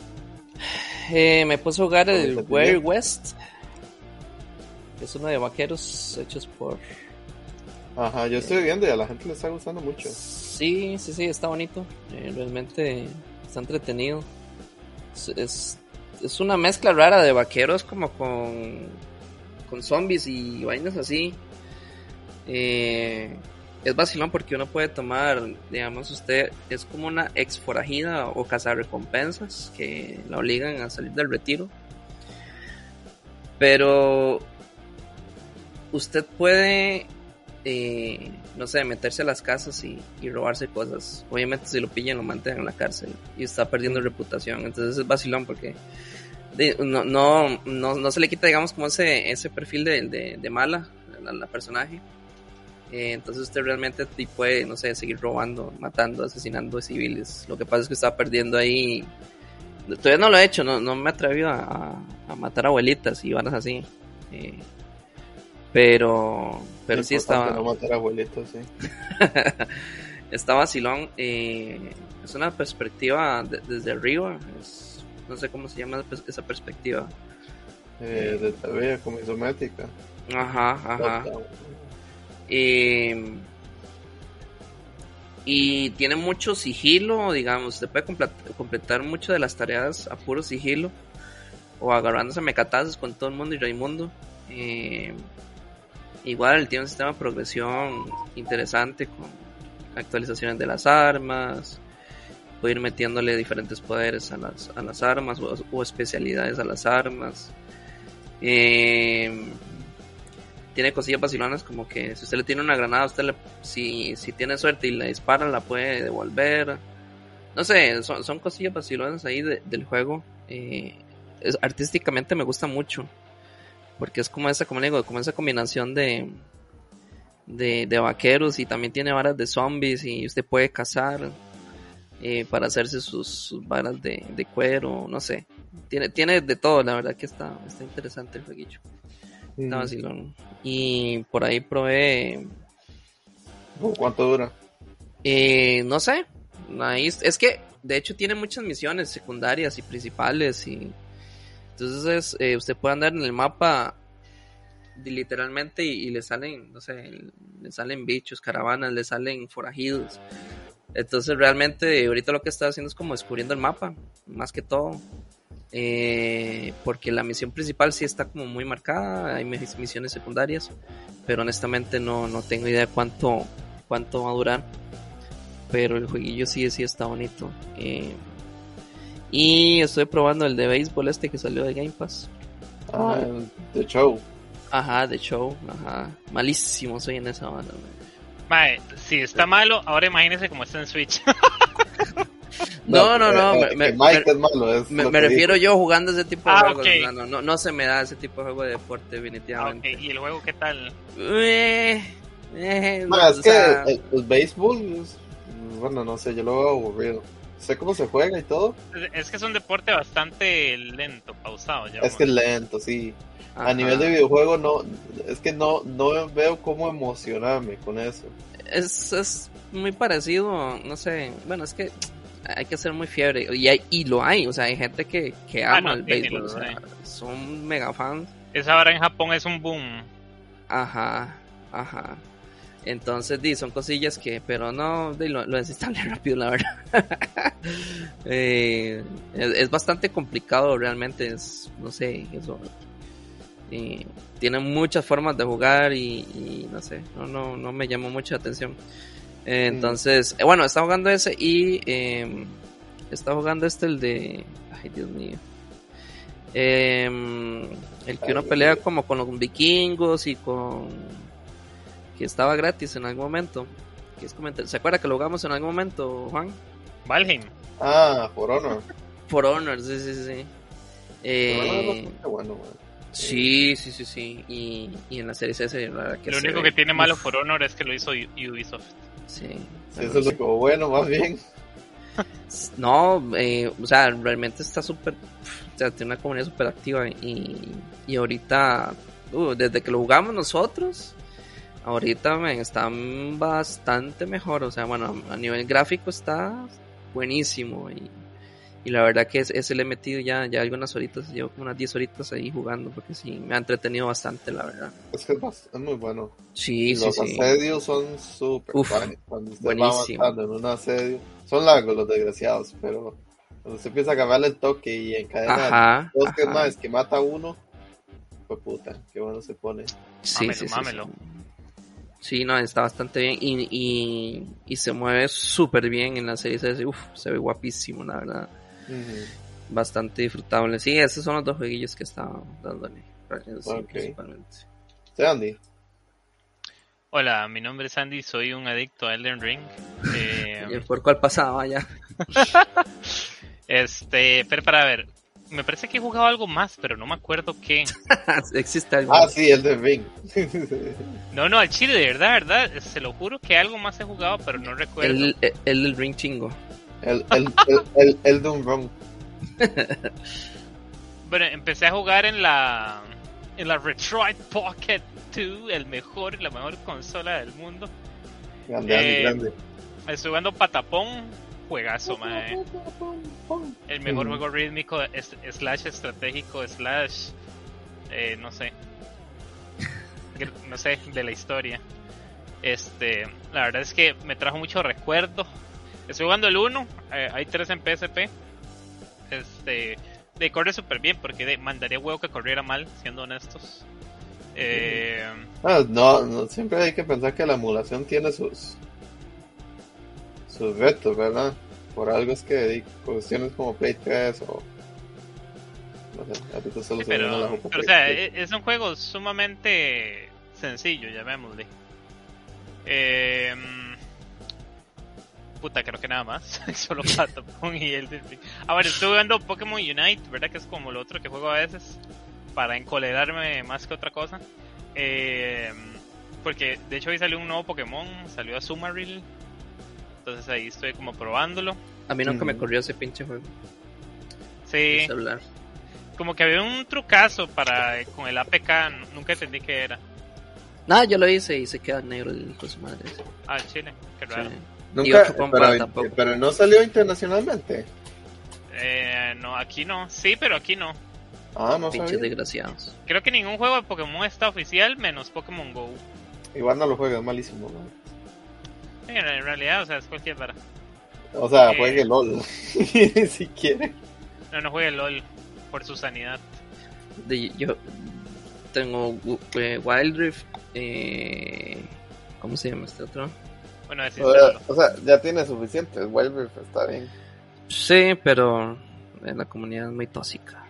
Me puse a jugar el Wild West. Es uno de vaqueros hechos por... Ajá, yo estoy viendo y a la gente le está gustando mucho. Sí, está bonito. Realmente está entretenido. Es una mezcla rara de vaqueros como con zombies y vainas así. Es vacilón porque uno puede tomar, digamos, usted es como una ex forajida o cazarrecompensas que la obligan a salir del retiro. Pero usted puede, no sé, meterse a las casas y robarse cosas. Obviamente si lo pillan lo mantienen en la cárcel y está perdiendo reputación. Entonces es vacilón porque no se le quita, digamos, como ese perfil de mala a la personaje. Entonces usted realmente puede, no sé, seguir robando, matando, asesinando civiles. Lo que pasa es que está perdiendo ahí. Todavía no lo he hecho, no me he atrevido a matar abuelitas y varas así. Pero sí estaba... No matar abuelitos, sí. Está vacilón. Es una perspectiva desde arriba. No sé cómo se llama esa perspectiva. De TV, como isométrica. Ajá. Y tiene mucho sigilo, digamos. Se puede completar mucho de las tareas a puro sigilo o agarrándose a mecatazos con todo el mundo y Raimundo. Igual tiene un sistema de progresión interesante con actualizaciones de las armas, puede ir metiéndole diferentes poderes a las armas o especialidades a las armas. Tiene cosillas vacilonas como que si usted le tiene una granada, usted si tiene suerte y la dispara, la puede devolver. No sé, son cosillas vacilonas ahí del juego. Artísticamente me gusta mucho, porque es como esa, como le digo, como esa combinación de vaqueros, y también tiene varas de zombies, y usted puede cazar para hacerse sus varas de cuero, no sé. Tiene de todo, la verdad que está interesante el jueguillo. Está vacilón. Y por ahí probé. ¿Cuánto dura? No sé. Ahí es que de hecho tiene muchas misiones secundarias y principales, y entonces usted puede andar en el mapa literalmente y le salen, no sé, le salen bichos, caravanas, le salen forajidos. Entonces realmente ahorita lo que está haciendo es como descubriendo el mapa, más que todo. Porque la misión principal sí está como muy marcada, hay misiones secundarias, pero honestamente no tengo idea cuánto va a durar. Pero el jueguillo sí está bonito. Y estoy probando el de béisbol que salió de Game Pass. El The Show. Ajá, The Show. Ajá. Malísimo soy en esa banda. Mae, si está malo, ahora imagínese cómo está en Switch. No. Mike es malo. Me refiero yo jugando ese tipo de juegos. Okay. No se me da ese tipo de juego de deporte, definitivamente. Okay. ¿Y el juego qué tal? Es que el béisbol, bueno, no sé, yo lo veo aburrido. Sé cómo se juega y todo. Es que es un deporte bastante lento, pausado. Es que es lento, sí. Ajá. A nivel de videojuego no veo cómo emocionarme con eso. Es muy parecido, no sé, bueno, es que hay que ser muy fiebre, y lo hay, o sea, hay gente que ama el béisbol, o sea, son mega fans. Esa ahora en Japón es un boom. Ajá. Entonces, son cosillas pero no, lo desinstalé rápido, la verdad. Es bastante complicado realmente, no sé, eso. Tiene muchas formas de jugar y no sé, no me llamó mucha atención. Entonces, bueno, está jugando ese y está jugando el de, ay Dios mío, el que uno pelea como con los vikingos y que estaba gratis en algún momento, que es ¿se acuerda que lo jugamos en algún momento, Juan? Valheim. For Honor. For Honor, sí. Bueno. Sí. Y en la serie S, la verdad que lo único que tiene malo For Honor es que lo hizo Ubisoft. Sí. Eso es lo bueno, más bien. No, o sea, realmente está súper, o sea, tiene una comunidad súper activa y ahorita, desde que lo jugamos nosotros, ahorita está bastante mejor, o sea, bueno, a nivel gráfico está buenísimo y la verdad que ese le he metido ya algunas horitas, llevo como unas 10 horitas ahí jugando, porque sí, me ha entretenido bastante, la verdad. Es que es muy bueno. Sí, los asedios son súper buenos. Cuando usted buenísimo. va avanzando en un asedio, son largos los desgraciados, pero cuando usted empieza a agarrarle el toque y encadena dos que más que mata a uno, pues puta, qué bueno se pone. Mámelo. Sí, no, está bastante bien y se mueve súper bien en la serie. Se ve guapísimo, la verdad. Bastante disfrutable. Sí, esos son los dos jueguillos que estaba dándole. Principalmente. Andy. Hola, mi nombre es Andy, soy un adicto a Elden Ring. ¿Por cuál pasaba ya? Pero para ver, me parece que he jugado algo más, pero no me acuerdo qué. ¿Existe algo más? Sí, Elden Ring. No, al chile, de verdad, se lo juro que algo más he jugado, pero no recuerdo. El Ring chingo. El Doom Run. Bueno, empecé a jugar en la Retroid Pocket 2, la mejor consola del mundo. Grande. Estoy jugando Patapón, juegazo, mae. El mejor juego rítmico slash estratégico slash no sé de la historia. La verdad es que me trajo mucho recuerdo. Estoy jugando el 1, hay 3 en PSP. Corre súper bien, porque mandaría huevo que corriera mal, siendo honestos. No, siempre hay que pensar que la emulación tiene sus retos, ¿verdad? por algo es que cuestiones como Play 3 o no sé, ahorita solo se pero, la o sea, es un juego sumamente sencillo, llamémosle. Puta, creo que nada más. Solo Patapon y el... Bueno, estuve jugando Pokémon Unite, ¿verdad? Que es como lo otro que juego a veces para encolerarme más que otra cosa. Porque de hecho hoy salió un nuevo Pokémon, salió Azumarill. Entonces ahí estoy como probándolo. A mí nunca me corrió ese pinche juego. Sí. Celular. Como que había un trucazo con el APK, nunca entendí qué era. Nada, yo lo hice y se queda negro el hijo de su madre. Ah, el chile, qué raro. Sí. Nunca, pero no salió internacionalmente. No, aquí no. Sí, pero aquí no. Ah, no Pinches sabía. desgraciados. Creo que ningún juego de Pokémon está oficial menos Pokémon GO. Igual no lo juegas, es malísimo, ¿no? Sí, en realidad, o sea, es cualquier vara. O sea, juegue LOL si quiere. No juegue LOL por su sanidad. Yo tengo Wild Rift. ¿Cómo se llama este otro? Bueno, o sea, ya tiene suficiente. Wild Rift está bien. Sí, pero la comunidad es muy tóxica.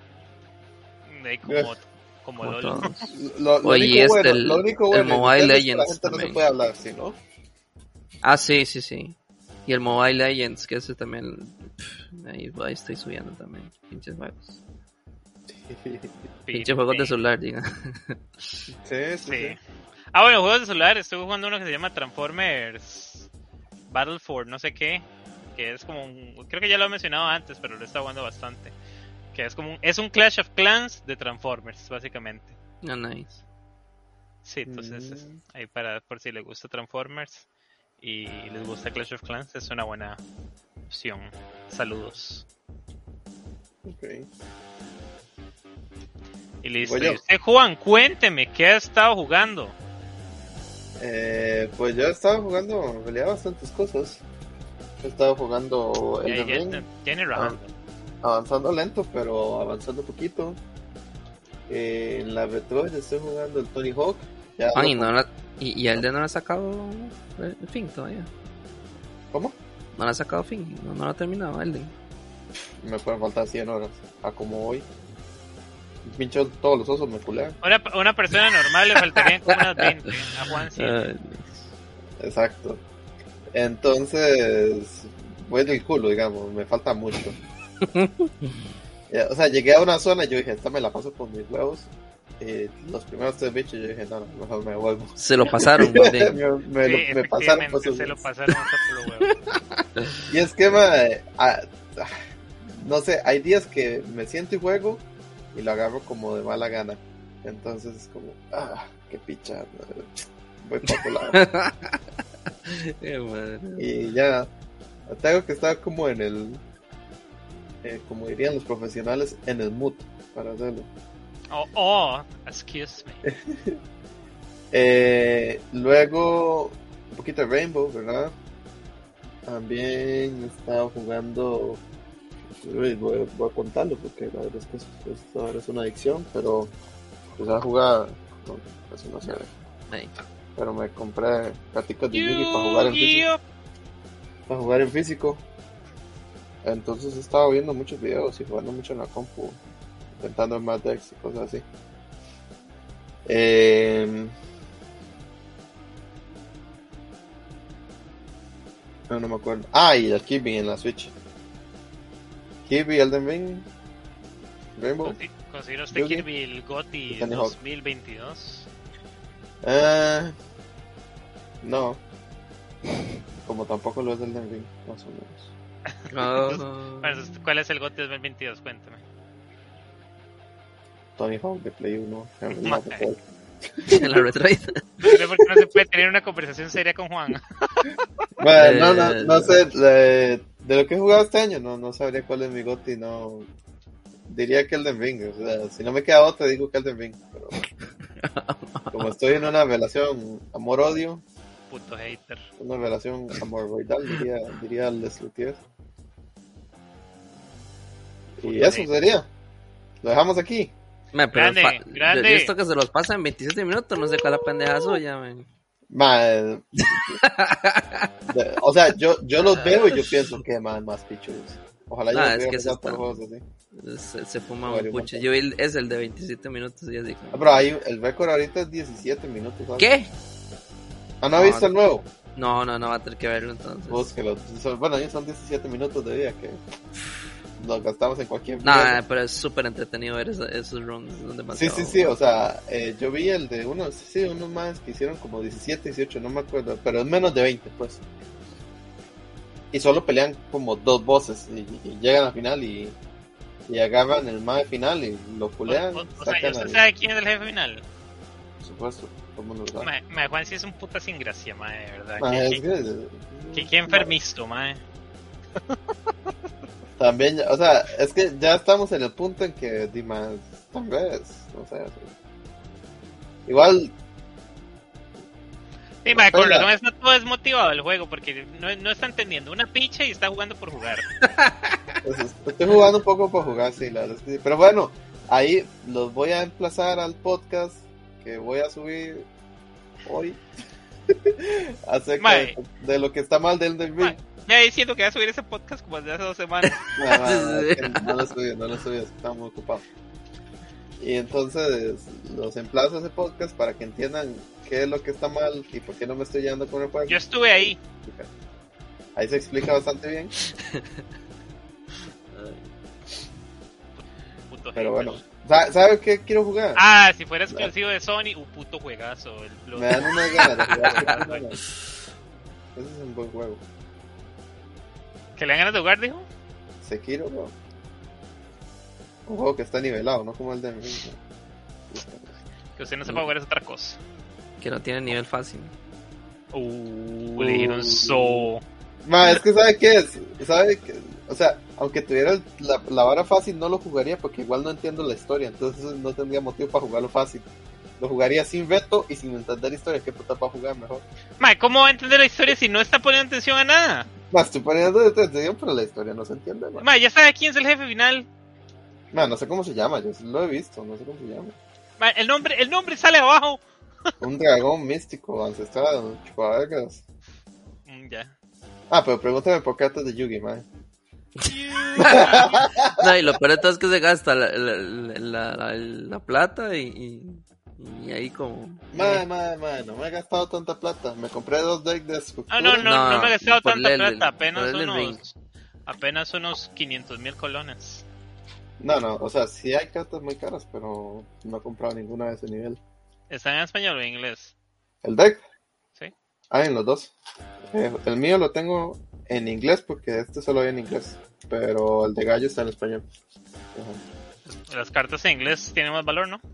Como Como LOL. Lo único bueno el Mobile Legends la gente también. no se puede hablar, ¿sí, no? Ah, sí. Y el Mobile Legends, que ese también. Ahí estoy subiendo también. Pinches juegos. Pinches juegos de celular, diga. Sí. Ah, bueno, juegos de celular. Estoy jugando uno que se llama Transformers Battle for no sé qué. Que es como creo que ya lo he mencionado antes, pero lo he estado jugando bastante. Que es como es un Clash of Clans de Transformers, básicamente. No, nice. Sí, entonces ahí por si les gusta Transformers y les gusta Clash of Clans, es una buena opción. Saludos. Okay. Y listo. ¿Y usted, Juan, cuénteme, ¿qué ha estado jugando? Pues yo he estado jugando en realidad bastantes cosas. He estado jugando Elden Ring. Tiene razón. Avanzando lento, pero avanzando poquito. En la Metroid estoy jugando el Tony Hawk. ¿Y Elden no lo ha sacado el fin todavía? ¿Cómo? No lo ha sacado fin, no lo ha terminado Elden. Me pueden faltar 100 horas, a como hoy. Pincho todos los osos, me culean. Una persona normal le faltarían como unas 20, a Juan sí. Exacto. Entonces, voy del culo, digamos, me falta mucho. O sea, llegué a una zona y yo dije, esta me la paso con mis huevos. Los primeros 3 bichos yo dije, no, mejor me vuelvo. Se lo pasaron, me pasaron por se lo pasaron hasta por los huevos. Y es que, no sé, hay días que me siento y juego y lo agarro como de mala gana. Entonces es como, qué picha, voy para otro lado. Y ya, tengo que estar como en el, como dirían los profesionales, en el mood para hacerlo. Excuse me. Luego, un poquito de Rainbow, ¿verdad? También he estado jugando, voy contando porque la verdad es que esto ahora es una adicción, pero empecé a jugar, pues no sé, pero me compré carticas de Yugi para jugar en físico. Entonces he estado viendo muchos videos y jugando mucho en la compu, intentando armar decks y cosas así. No me acuerdo. Y el Kirby en la Switch. Kirby, Elden Ring, Rainbow. ¿Considera usted Kirby el GOTY 2022? No. Como tampoco lo es Elden Ring, más o menos. Bueno, ¿cuál es el GOTY 2022? Cuéntame. Tony Hawk de Play 1. En la Retroid. No sé por qué no se puede tener una conversación seria con Juan. Bueno, no sé. De lo que he jugado este año, no sabría cuál es mi GOTY. No diría que Elden Ring. O sea, si no me queda otro, digo que Elden Ring. Pero como estoy en una relación amor-odio. Puto hater. Una relación amor-roidal, diría Les Luthiers. Y eso sería. Lo dejamos aquí. Pero grande. Yo he visto que se los pasa en 27 minutos, no sé cuál es la pendeja suya, man. O sea, yo los veo y yo pienso que más pichos. Ojalá yo es que juegos así. Se fuma un pucho. Yo vi es el de 27 minutos y así. Pero ahí el récord ahorita es 17 minutos. ¿sabes? ¿Qué? ¿No ha visto el nuevo? No, va a tener que verlo entonces. Búsquelo. Bueno, ahí son 17 minutos de vida que los gastamos en cualquier... pero es súper entretenido ver esos runs. Sí, o sea, yo vi el de unos más que hicieron como 17, 18, no me acuerdo, pero es menos de 20, pues. Y solo pelean como 2 bosses y llegan al final y agarran el mae final y lo pulean. O sea, ¿usted sabe quién es el jefe final? Por supuesto, ¿cómo no lo sabe? Juan sí es un puta sin gracia, mae, de verdad. Qué enfermizo, mae. También, o sea, es que ya estamos en el punto en que Dimas, tal vez, no sé. Igual... Sí, mae, con razón está todo desmotivado el juego porque no está entendiendo una picha y está jugando por jugar. Pues estoy jugando un poco por jugar, sí, la verdad es que sí. Pero bueno, ahí los voy a emplazar al podcast que voy a subir hoy acerca de lo que está mal del Ring. Me diciendo que voy a subir ese podcast como desde hace 2 semanas. No lo subí, estaba muy ocupado. Y entonces los emplazo a ese podcast para que entiendan qué es lo que está mal y por qué no me estoy llevando con el juego. Yo estuve ahí. Ahí se explica bastante bien. Pero bueno, ¿sabes qué quiero jugar? Si fuera exclusivo de Sony, un puto juegazo. Me dan unas ganas de jugar. Ese es un buen juego. ¿Que le dan ganas de jugar, dijo? Sekiro, bro. Un juego que está nivelado, no como el de Ring. Que usted no sepa jugar es otra cosa. Que no tiene nivel fácil. Le dijeron so. Es que ¿sabe qué es? O sea, aunque tuviera la vara fácil, no lo jugaría porque igual no entiendo la historia. Entonces no tendría motivo para jugarlo fácil. Lo jugaría sin reto y sin entender la historia. ¿Qué puta para jugar mejor? ¿Cómo va a entender la historia si no está poniendo atención a nada? Estoy poniendo atención, pero la historia no se entiende. Ya sabe quién es el jefe final. No sé cómo se llama, yo lo he visto, no sé cómo se llama. El nombre sale abajo. Un dragón místico, ancestral, chupavergas. Ya. Pero pregúntame por qué antes de Yugi, man. No, y lo peor de todo es que se gasta la plata y ahí como... No me he gastado tanta plata. Me compré 2 decks de escultura. No me he gastado tanta plata. Apenas unos 500,000 colones. No, o sea, sí hay cartas muy caras, pero no he comprado ninguna de ese nivel. ¿Está en español o en inglés? ¿El deck? Sí. En los dos. El mío lo tengo en inglés porque solo hay en inglés, pero el de Gallo está en español. Las cartas en inglés tienen más valor, ¿no?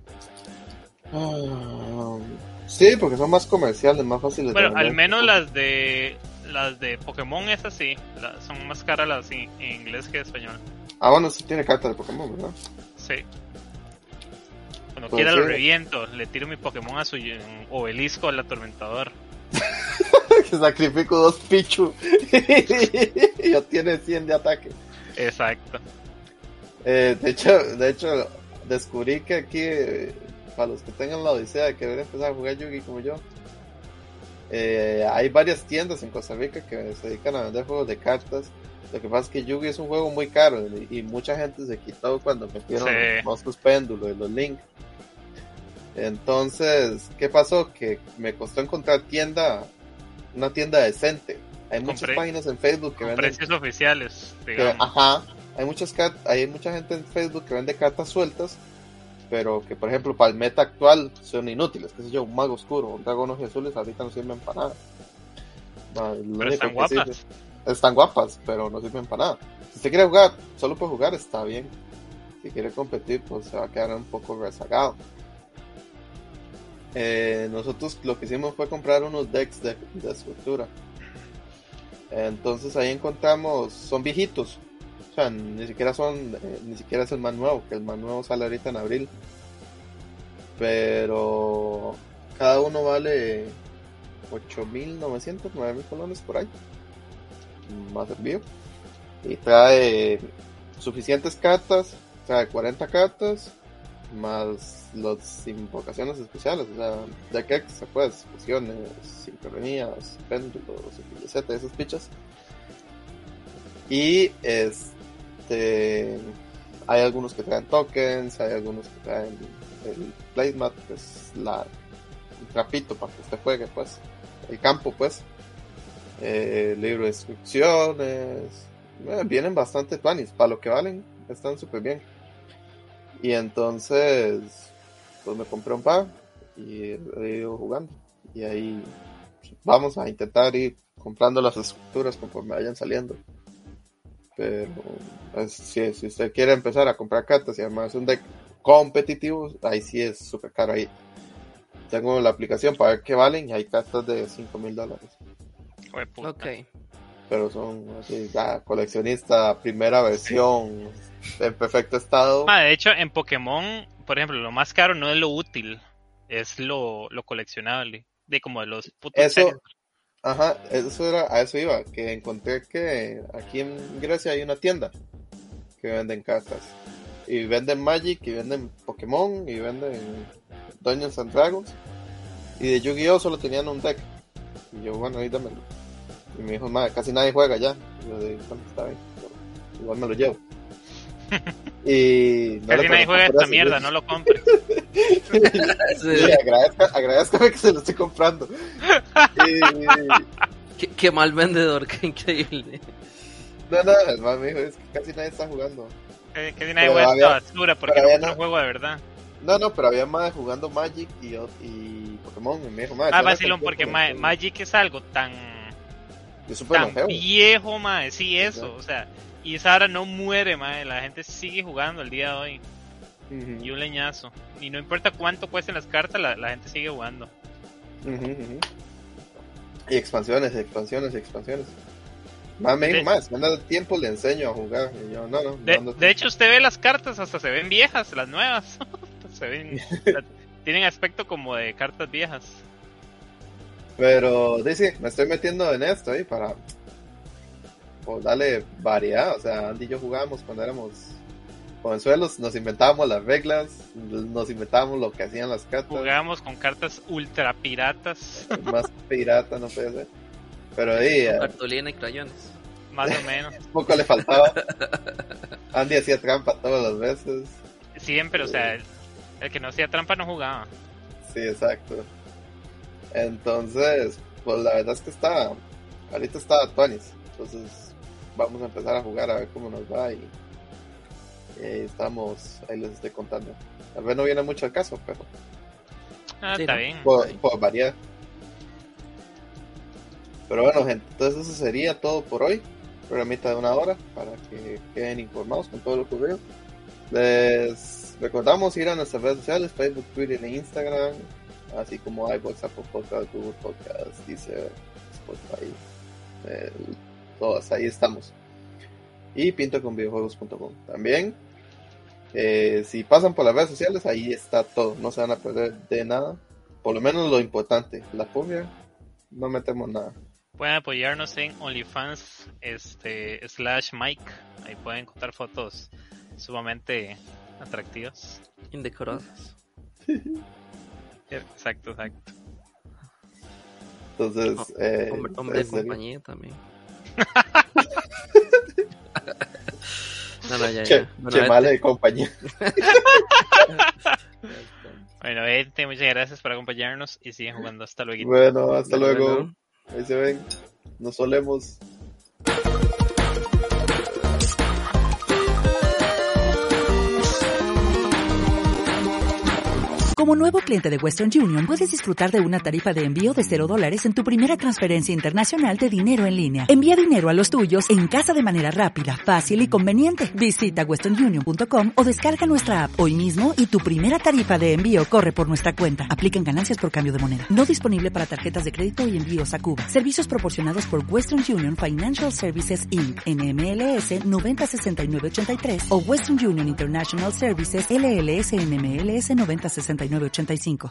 Sí, porque son más comerciales, más fáciles de vender. Al menos las de Pokémon, esas sí, son más caras las en inglés que en español. Bueno, sí tiene cartas de Pokémon, ¿verdad? Sí. Cuando quiera lo reviento, le tiro mi Pokémon a su obelisco al atormentador. Que sacrifico 2 Pichu y obtiene 100 de ataque. Exacto. De hecho, descubrí que aquí, para los que tengan la odisea de querer empezar a jugar Yugi como yo, hay varias tiendas en Costa Rica que se dedican a vender juegos de cartas. Lo que pasa es que Yugi es un juego muy caro y mucha gente se quitó cuando metieron los monstruos péndulo y los Link. Entonces, ¿qué pasó? Que me costó encontrar una tienda decente. Hay muchas páginas en Facebook que venden precios oficiales, digamos. Hay mucha gente en Facebook que vende cartas sueltas, pero que por ejemplo para el meta actual son inútiles. Qué sé yo, un mago oscuro, un dragón ojos azules ahorita no sirven para nada. Pero están guapas. Están guapas, pero no sirven para nada. Si usted quiere jugar, solo por jugar está bien. Si quiere competir, pues se va a quedar un poco rezagado. Nosotros lo que hicimos fue comprar unos decks de escultura. Entonces ahí encontramos, son viejitos. O sea, ni siquiera es el más nuevo, que el más nuevo sale ahorita en abril. Pero cada uno vale 8,900, 9,000 colones por ahí. Más envío. Y trae suficientes cartas, trae 40 cartas, más las invocaciones especiales, o sea, deck extra, pues, fusiones, sincronías, péndulos, etc, esas pichas. Y hay algunos que traen tokens, hay algunos que traen el placemat, que es el trapito para que usted juegue, pues, el campo, pues, libro de instrucciones, vienen bastante planes, para lo que valen, están súper bien. Y entonces, pues me compré un par y he ido jugando. Y ahí vamos a intentar ir comprando las estructuras conforme vayan saliendo. Pero si usted quiere empezar a comprar cartas y armarse un deck competitivo, ahí sí es súper caro. Ahí tengo la aplicación para ver qué valen y hay cartas de $5,000. Ok. Pero son así, coleccionista, primera versión, en perfecto estado. De hecho, en Pokémon, por ejemplo, lo más caro no es lo útil, es lo coleccionable, de como de los putos eso. Ajá, a eso iba, que encontré que aquí en Grecia hay una tienda que venden cartas, y venden Magic, y venden Pokémon, y venden Dungeons and Dragons, y de Yu-Gi-Oh solo tenían un deck, y yo, bueno, ahí dámelo, y me dijo, casi nadie juega ya, y yo de, bueno, está bien, igual me lo llevo. Y no casi nadie juega esta mierda, no lo compres. Sí, agradezcame que se lo estoy comprando. Qué mal vendedor, qué increíble. No, el man me dijo, es que casi nadie está jugando. Casi nadie juega esta basura porque no es un juego de verdad. No, pero había más jugando Magic y Pokémon, y me dijo, vacilón, porque Magic es algo tan viejo, sí, eso, o sea, y esa hora no muere, la gente sigue jugando el día de hoy. Y un leñazo. Y no importa cuánto cuesten las cartas, la gente sigue jugando. Y expansiones. Me dijo, si anda tiempo le enseño a jugar. Y yo, no. De hecho, usted ve las cartas, hasta se ven viejas, las nuevas. Se ven, tienen aspecto como de cartas viejas. Pero, dice, me estoy metiendo en esto ahí para darle variedad. O sea, Andy y yo jugábamos cuando éramos jovenzuelos, nos inventábamos las reglas, nos inventábamos lo que hacían las cartas. Jugábamos con cartas ultra piratas. Más pirata no puede ser. Pero ahí... cartulina y crayones. Más o menos. Poco le faltaba. Andy hacía trampa todas las veces. Siempre, o sea, el que no hacía trampa no jugaba. Sí, exacto. Entonces, pues la verdad es que ahorita está Tuanis. Entonces, vamos a empezar a jugar a ver cómo nos va y ahí les estoy contando. Tal vez no viene mucho al caso, pero está bien. Por variar. Pero bueno, gente, entonces eso sería todo por hoy. Programita de 1 hora para que queden informados con todo lo ocurrido. Les recordamos ir a nuestras redes sociales, Facebook, Twitter e Instagram, así como iVoox, Apple Podcast, Google Podcast, Deezer, Spotify, todas, ahí estamos. Y pintoconvideojuegos.com también. Si pasan por las redes sociales, ahí está todo, no se van a perder de nada, por lo menos lo importante. La publica, no metemos nada. Pueden apoyarnos en OnlyFans /Mike, ahí pueden encontrar fotos sumamente atractivas, indecorosas. Exacto. Entonces, hombre de compañía también. Ya. Mala de compañía. Bueno, muchas gracias por acompañarnos y siguen jugando. Hasta luego. Bueno, hasta luego. Ahí se ven. Nos solemos. Como nuevo cliente de Western Union, puedes disfrutar de una tarifa de envío de $0 en tu primera transferencia internacional de dinero en línea. Envía dinero a los tuyos en casa de manera rápida, fácil y conveniente. Visita westernunion.com o descarga nuestra app hoy mismo y tu primera tarifa de envío corre por nuestra cuenta. Aplican ganancias por cambio de moneda. No disponible para tarjetas de crédito y envíos a Cuba. Servicios proporcionados por Western Union Financial Services Inc. NMLS 906983 o Western Union International Services LLS NMLS 906985.